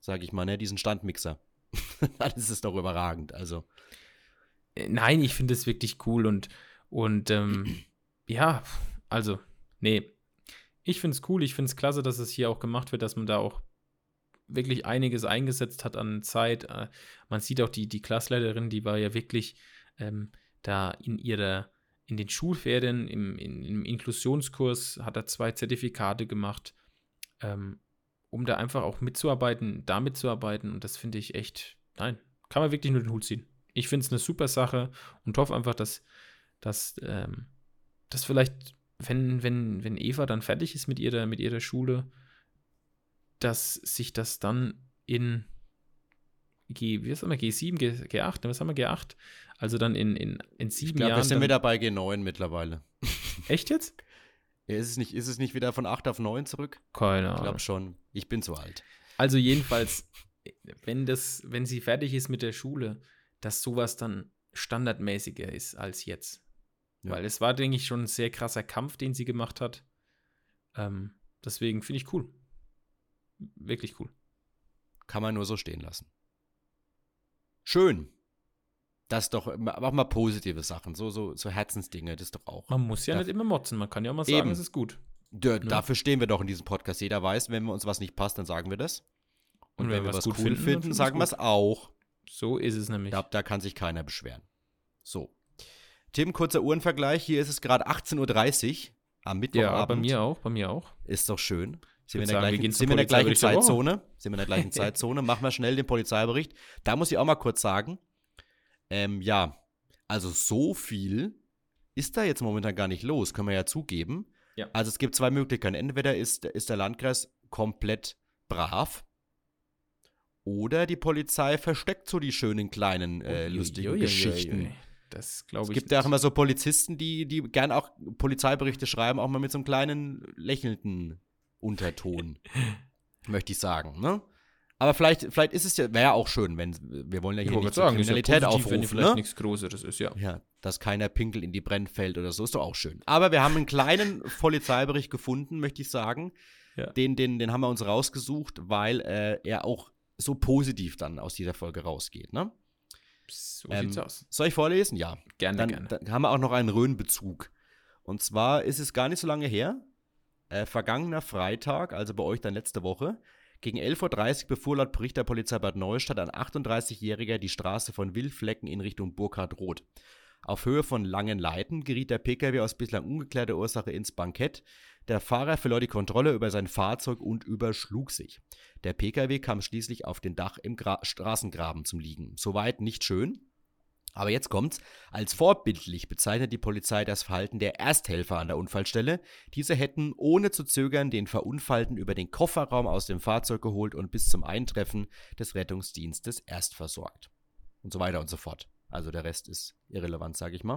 sage ich mal, ne? Diesen Standmixer. Das ist doch überragend, also. Nein, ich finde es wirklich cool und, und ähm, ja, also, nee, ich finde es cool, ich finde es klasse, dass es hier auch gemacht wird, dass man da auch wirklich einiges eingesetzt hat an Zeit. Äh, man sieht auch die, die Klassleiterin, die war ja wirklich ähm, da in ihrer, in den Schulferien, im, in, im Inklusionskurs, hat er zwei Zertifikate gemacht, ähm, um da einfach auch mitzuarbeiten, da mitzuarbeiten und das finde ich echt, nein, kann man wirklich nur den Hut ziehen. Ich finde es eine super Sache und hoffe einfach, dass, dass, ähm, dass vielleicht, wenn, wenn, wenn Eva dann fertig ist mit ihrer, mit ihrer Schule, dass sich das dann in G, wie haben wir, G sieben, G, G8, was haben wir, G acht? Also dann in, in, in sieben Ich glaube, Jahren. wir sind dann, wieder bei G neun mittlerweile. Echt jetzt? Ja, ist, es nicht, ist es nicht wieder von acht auf neun zurück? Keine Ich Ahnung. glaube schon. Ich bin zu alt. Also jedenfalls, wenn das, wenn sie fertig ist mit der Schule, dass sowas dann standardmäßiger ist als jetzt. Ja. Weil es war, denke ich, schon ein sehr krasser Kampf, den sie gemacht hat. Ähm, deswegen finde ich cool. Wirklich cool. Kann man nur so stehen lassen. Schön. Das ist doch, auch mal positive Sachen, so, so, so Herzensdinge, das ist doch auch. Man muss ja Da- nicht immer motzen, man kann ja auch mal sagen, Eben. es ist gut. Ja, dafür stehen wir doch in diesem Podcast. Jeder weiß, wenn wir uns was nicht passt, dann sagen wir das. Und, wenn, wir was cool finden, finden, dann sagen wir finden es auch. So ist es nämlich. Da, da kann sich keiner beschweren. So. Tim, kurzer Uhrenvergleich. Hier ist es gerade achtzehn Uhr dreißig am Mittwochabend. Ja, bei mir auch, bei mir auch. Ist doch schön. Sind wir würd in der sagen, wir gleichen, gehen zum sind wir in der gleichen Polizeibericht der Woche. Zeitzone? Sind wir in der gleichen Zeitzone? Machen wir schnell den Polizeibericht. Da muss ich auch mal kurz sagen, ähm, ja, also so viel ist da jetzt momentan gar nicht los, können wir ja zugeben. Ja. Also es gibt zwei Möglichkeiten. Entweder ist, ist der Landkreis komplett brav oder die Polizei versteckt so die schönen kleinen äh, lustigen Uiuiuiui. Geschichten. Das glaube Es ich gibt ja auch nicht. immer so Polizisten, die, die gern auch Polizeiberichte schreiben, auch mal mit so einem kleinen lächelnden Unterton, möchte ich sagen, ne? Aber vielleicht, vielleicht ist es ja, wäre ja auch schön, wenn, wir wollen ja Ich hier wollte nicht gerade zur sagen, ist ja Kriminalität positiv, wenn aufrufen, vielleicht ne? nichts Größeres ist, ja. Ja, dass keiner Pinkel in die Brennfeld oder so, ist doch auch schön. Aber wir haben einen kleinen Polizeibericht gefunden, möchte ich sagen. Ja. Den, den, den haben wir uns rausgesucht, weil äh, er auch so positiv dann aus dieser Folge rausgeht, ne? So Ähm, sieht's aus. Soll ich vorlesen? Ja. Gerne, Dann, gerne. dann haben wir auch noch einen Rhön-Bezug. Und zwar ist es gar nicht so lange her, äh, vergangener Freitag, also bei euch dann letzte Woche, gegen elf Uhr dreißig befuhr laut Bericht der Polizei Bad Neustadt ein achtunddreißigjähriger die Straße von Wildflecken in Richtung Burkhardroth. Auf Höhe von Langenleiten geriet der Pkw aus bislang ungeklärter Ursache ins Bankett. Der Fahrer verlor die Kontrolle über sein Fahrzeug und überschlug sich. Der Pkw kam schließlich auf den Dach im Gra- Straßengraben zum Liegen. Soweit nicht schön. Aber jetzt kommt's. Als vorbildlich bezeichnet die Polizei das Verhalten der Ersthelfer an der Unfallstelle. Diese hätten ohne zu zögern den Verunfallten über den Kofferraum aus dem Fahrzeug geholt und bis zum Eintreffen des Rettungsdienstes erst versorgt. Und so weiter und so fort. Also der Rest ist irrelevant, sage ich mal.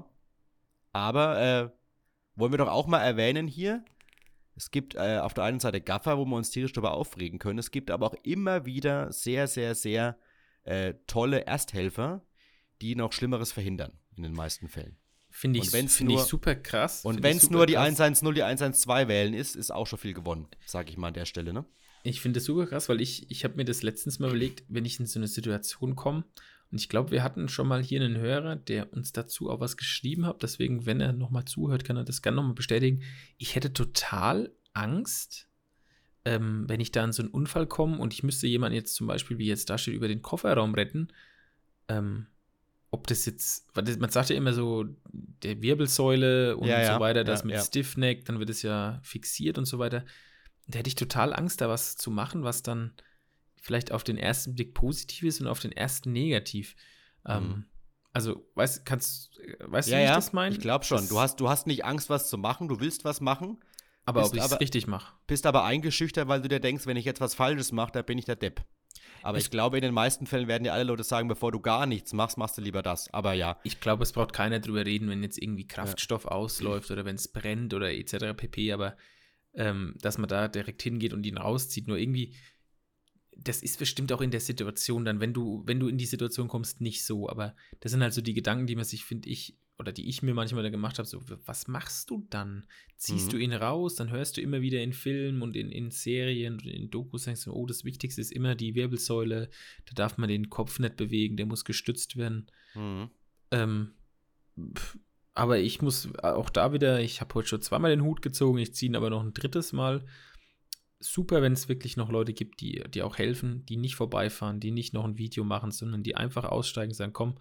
Aber äh, wollen wir doch auch mal erwähnen hier, es gibt äh, auf der einen Seite Gaffer, wo wir uns tierisch darüber aufregen können. Es gibt aber auch immer wieder sehr, sehr, sehr äh, tolle Ersthelfer, die noch Schlimmeres verhindern, in den meisten Fällen. Finde und ich, wenn's find ich nur- super krass. Und Find wenn ich es super nur die krass. eins eins null, die eins eins zwei wählen ist, ist auch schon viel gewonnen, sage ich mal an der Stelle, ne? Ich finde das super krass, weil ich, ich habe mir das letztens mal überlegt, wenn ich in so eine Situation komme, und ich glaube, wir hatten schon mal hier einen Hörer, der uns dazu auch was geschrieben hat, deswegen, wenn er nochmal zuhört, kann er das gerne nochmal bestätigen. Ich hätte total Angst, ähm, wenn ich da in so einen Unfall komme und ich müsste jemanden jetzt zum Beispiel, wie jetzt da steht, über den Kofferraum retten, ähm, ob das jetzt, weil das, man sagt ja immer so, der Wirbelsäule und Ja, ja, so weiter, das ja, mit ja. Stiffneck, dann wird es ja fixiert und so weiter. Da hätte ich total Angst, da was zu machen, was dann vielleicht auf den ersten Blick positiv ist und auf den ersten negativ. Ähm, Mhm. Also, weißt, kannst, weißt Ja, du, wie ja, ich das meine? ich glaube schon. Das- Du hast, du hast nicht Angst, was zu machen, du willst was machen, aber bist ob ich es aber- richtig mache. bist aber eingeschüchtert, weil du dir denkst, wenn ich jetzt was Falsches mache, dann bin ich der Depp. Aber ich, Ich- glaube, in den meisten Fällen werden ja alle Leute sagen, bevor du gar nichts machst, machst du lieber das. Aber ja, Ich glaube, es braucht keiner drüber reden, wenn jetzt irgendwie Kraftstoff ausläuft oder wenn es brennt oder et cetera pp. Aber ähm, dass man da direkt hingeht und ihn rauszieht, nur irgendwie, das ist bestimmt auch in der Situation dann, wenn du, wenn du in die Situation kommst, nicht so. Aber das sind halt so die Gedanken, die man sich, finde ich, oder die ich mir manchmal da gemacht habe, so, was machst du dann? Ziehst Mhm. du ihn raus, dann hörst du immer wieder in Filmen und in, in Serien und in Dokus, denkst du, oh, das Wichtigste ist immer die Wirbelsäule, da darf man den Kopf nicht bewegen, der muss gestützt werden. Mhm. Ähm, pf, aber ich muss auch da wieder, ich habe heute schon zweimal den Hut gezogen, ich ziehe ihn aber noch ein drittes Mal. Super, wenn es wirklich noch Leute gibt, die, die auch helfen, die nicht vorbeifahren, die nicht noch ein Video machen, sondern die einfach aussteigen und sagen, komm,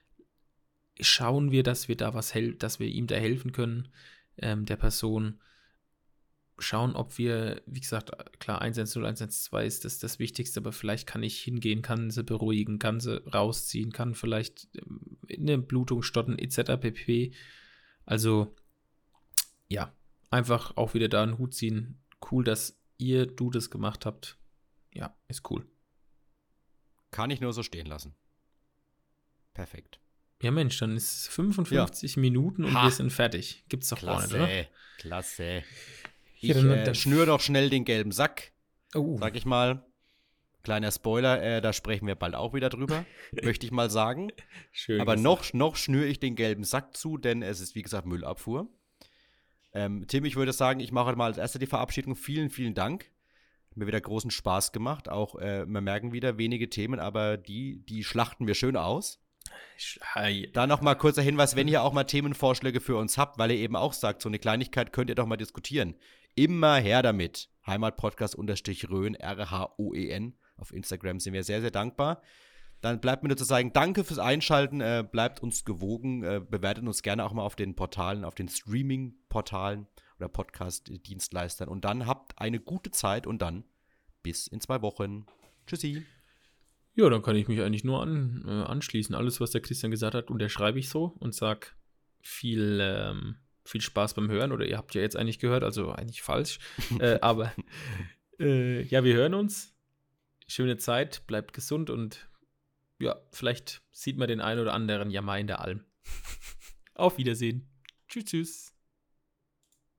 schauen wir, dass wir da was hel- dass wir ihm da helfen können, ähm, der Person. Schauen, ob wir, wie gesagt, klar, eins eins null, eins eins zwei ist das, das Wichtigste, aber vielleicht kann ich hingehen, kann sie beruhigen, kann sie rausziehen, kann vielleicht ähm, eine Blutung stoppen, et cetera pp. Also, ja, einfach auch wieder da einen Hut ziehen. Cool, dass ihr, du das gemacht habt. Ja, ist cool. Kann ich nur so stehen lassen. Perfekt. Ja, Mensch, dann ist es fünfundfünfzig Minuten und Ha. wir sind fertig. Gibt's doch gar nicht, oder? Klasse, klasse. Ich Ja, dann- äh, dann- schnür doch schnell den gelben Sack, Oh, sag ich mal. Kleiner Spoiler, äh, da sprechen wir bald auch wieder drüber, möchte ich mal sagen. schön. Aber gesagt. noch, noch schnüre ich den gelben Sack zu, denn es ist, wie gesagt, Müllabfuhr. Ähm, Tim, ich würde sagen, ich mache heute mal als erster die Verabschiedung. Vielen, vielen Dank. Hat mir wieder großen Spaß gemacht. Auch, äh, wir merken wieder, wenige Themen, aber die, die schlachten wir schön aus. Hi. Da noch mal kurzer Hinweis, wenn ihr auch mal Themenvorschläge für uns habt, weil ihr eben auch sagt, so eine Kleinigkeit könnt ihr doch mal diskutieren. Immer her damit. Heimatpodcast-Rhön, R H O E N. Auf Instagram sind wir sehr, sehr dankbar. Dann bleibt mir nur zu sagen, danke fürs Einschalten, äh, bleibt uns gewogen, äh, bewertet uns gerne auch mal auf den Portalen, auf den Streaming-Portalen oder Podcast-Dienstleistern und dann habt eine gute Zeit und dann bis in zwei Wochen. Tschüssi. Ja, dann kann ich mich eigentlich nur an, äh, anschließen. Alles, was der Christian gesagt hat, unterschreibe ich so und sag viel, ähm, viel Spaß beim Hören. Oder ihr habt ja jetzt eigentlich gehört, also eigentlich falsch. äh, aber äh, ja, wir hören uns. Schöne Zeit, bleibt gesund und ja, vielleicht sieht man den einen oder anderen ja mal in der Alm. Auf Wiedersehen. Tschüss, tschüss.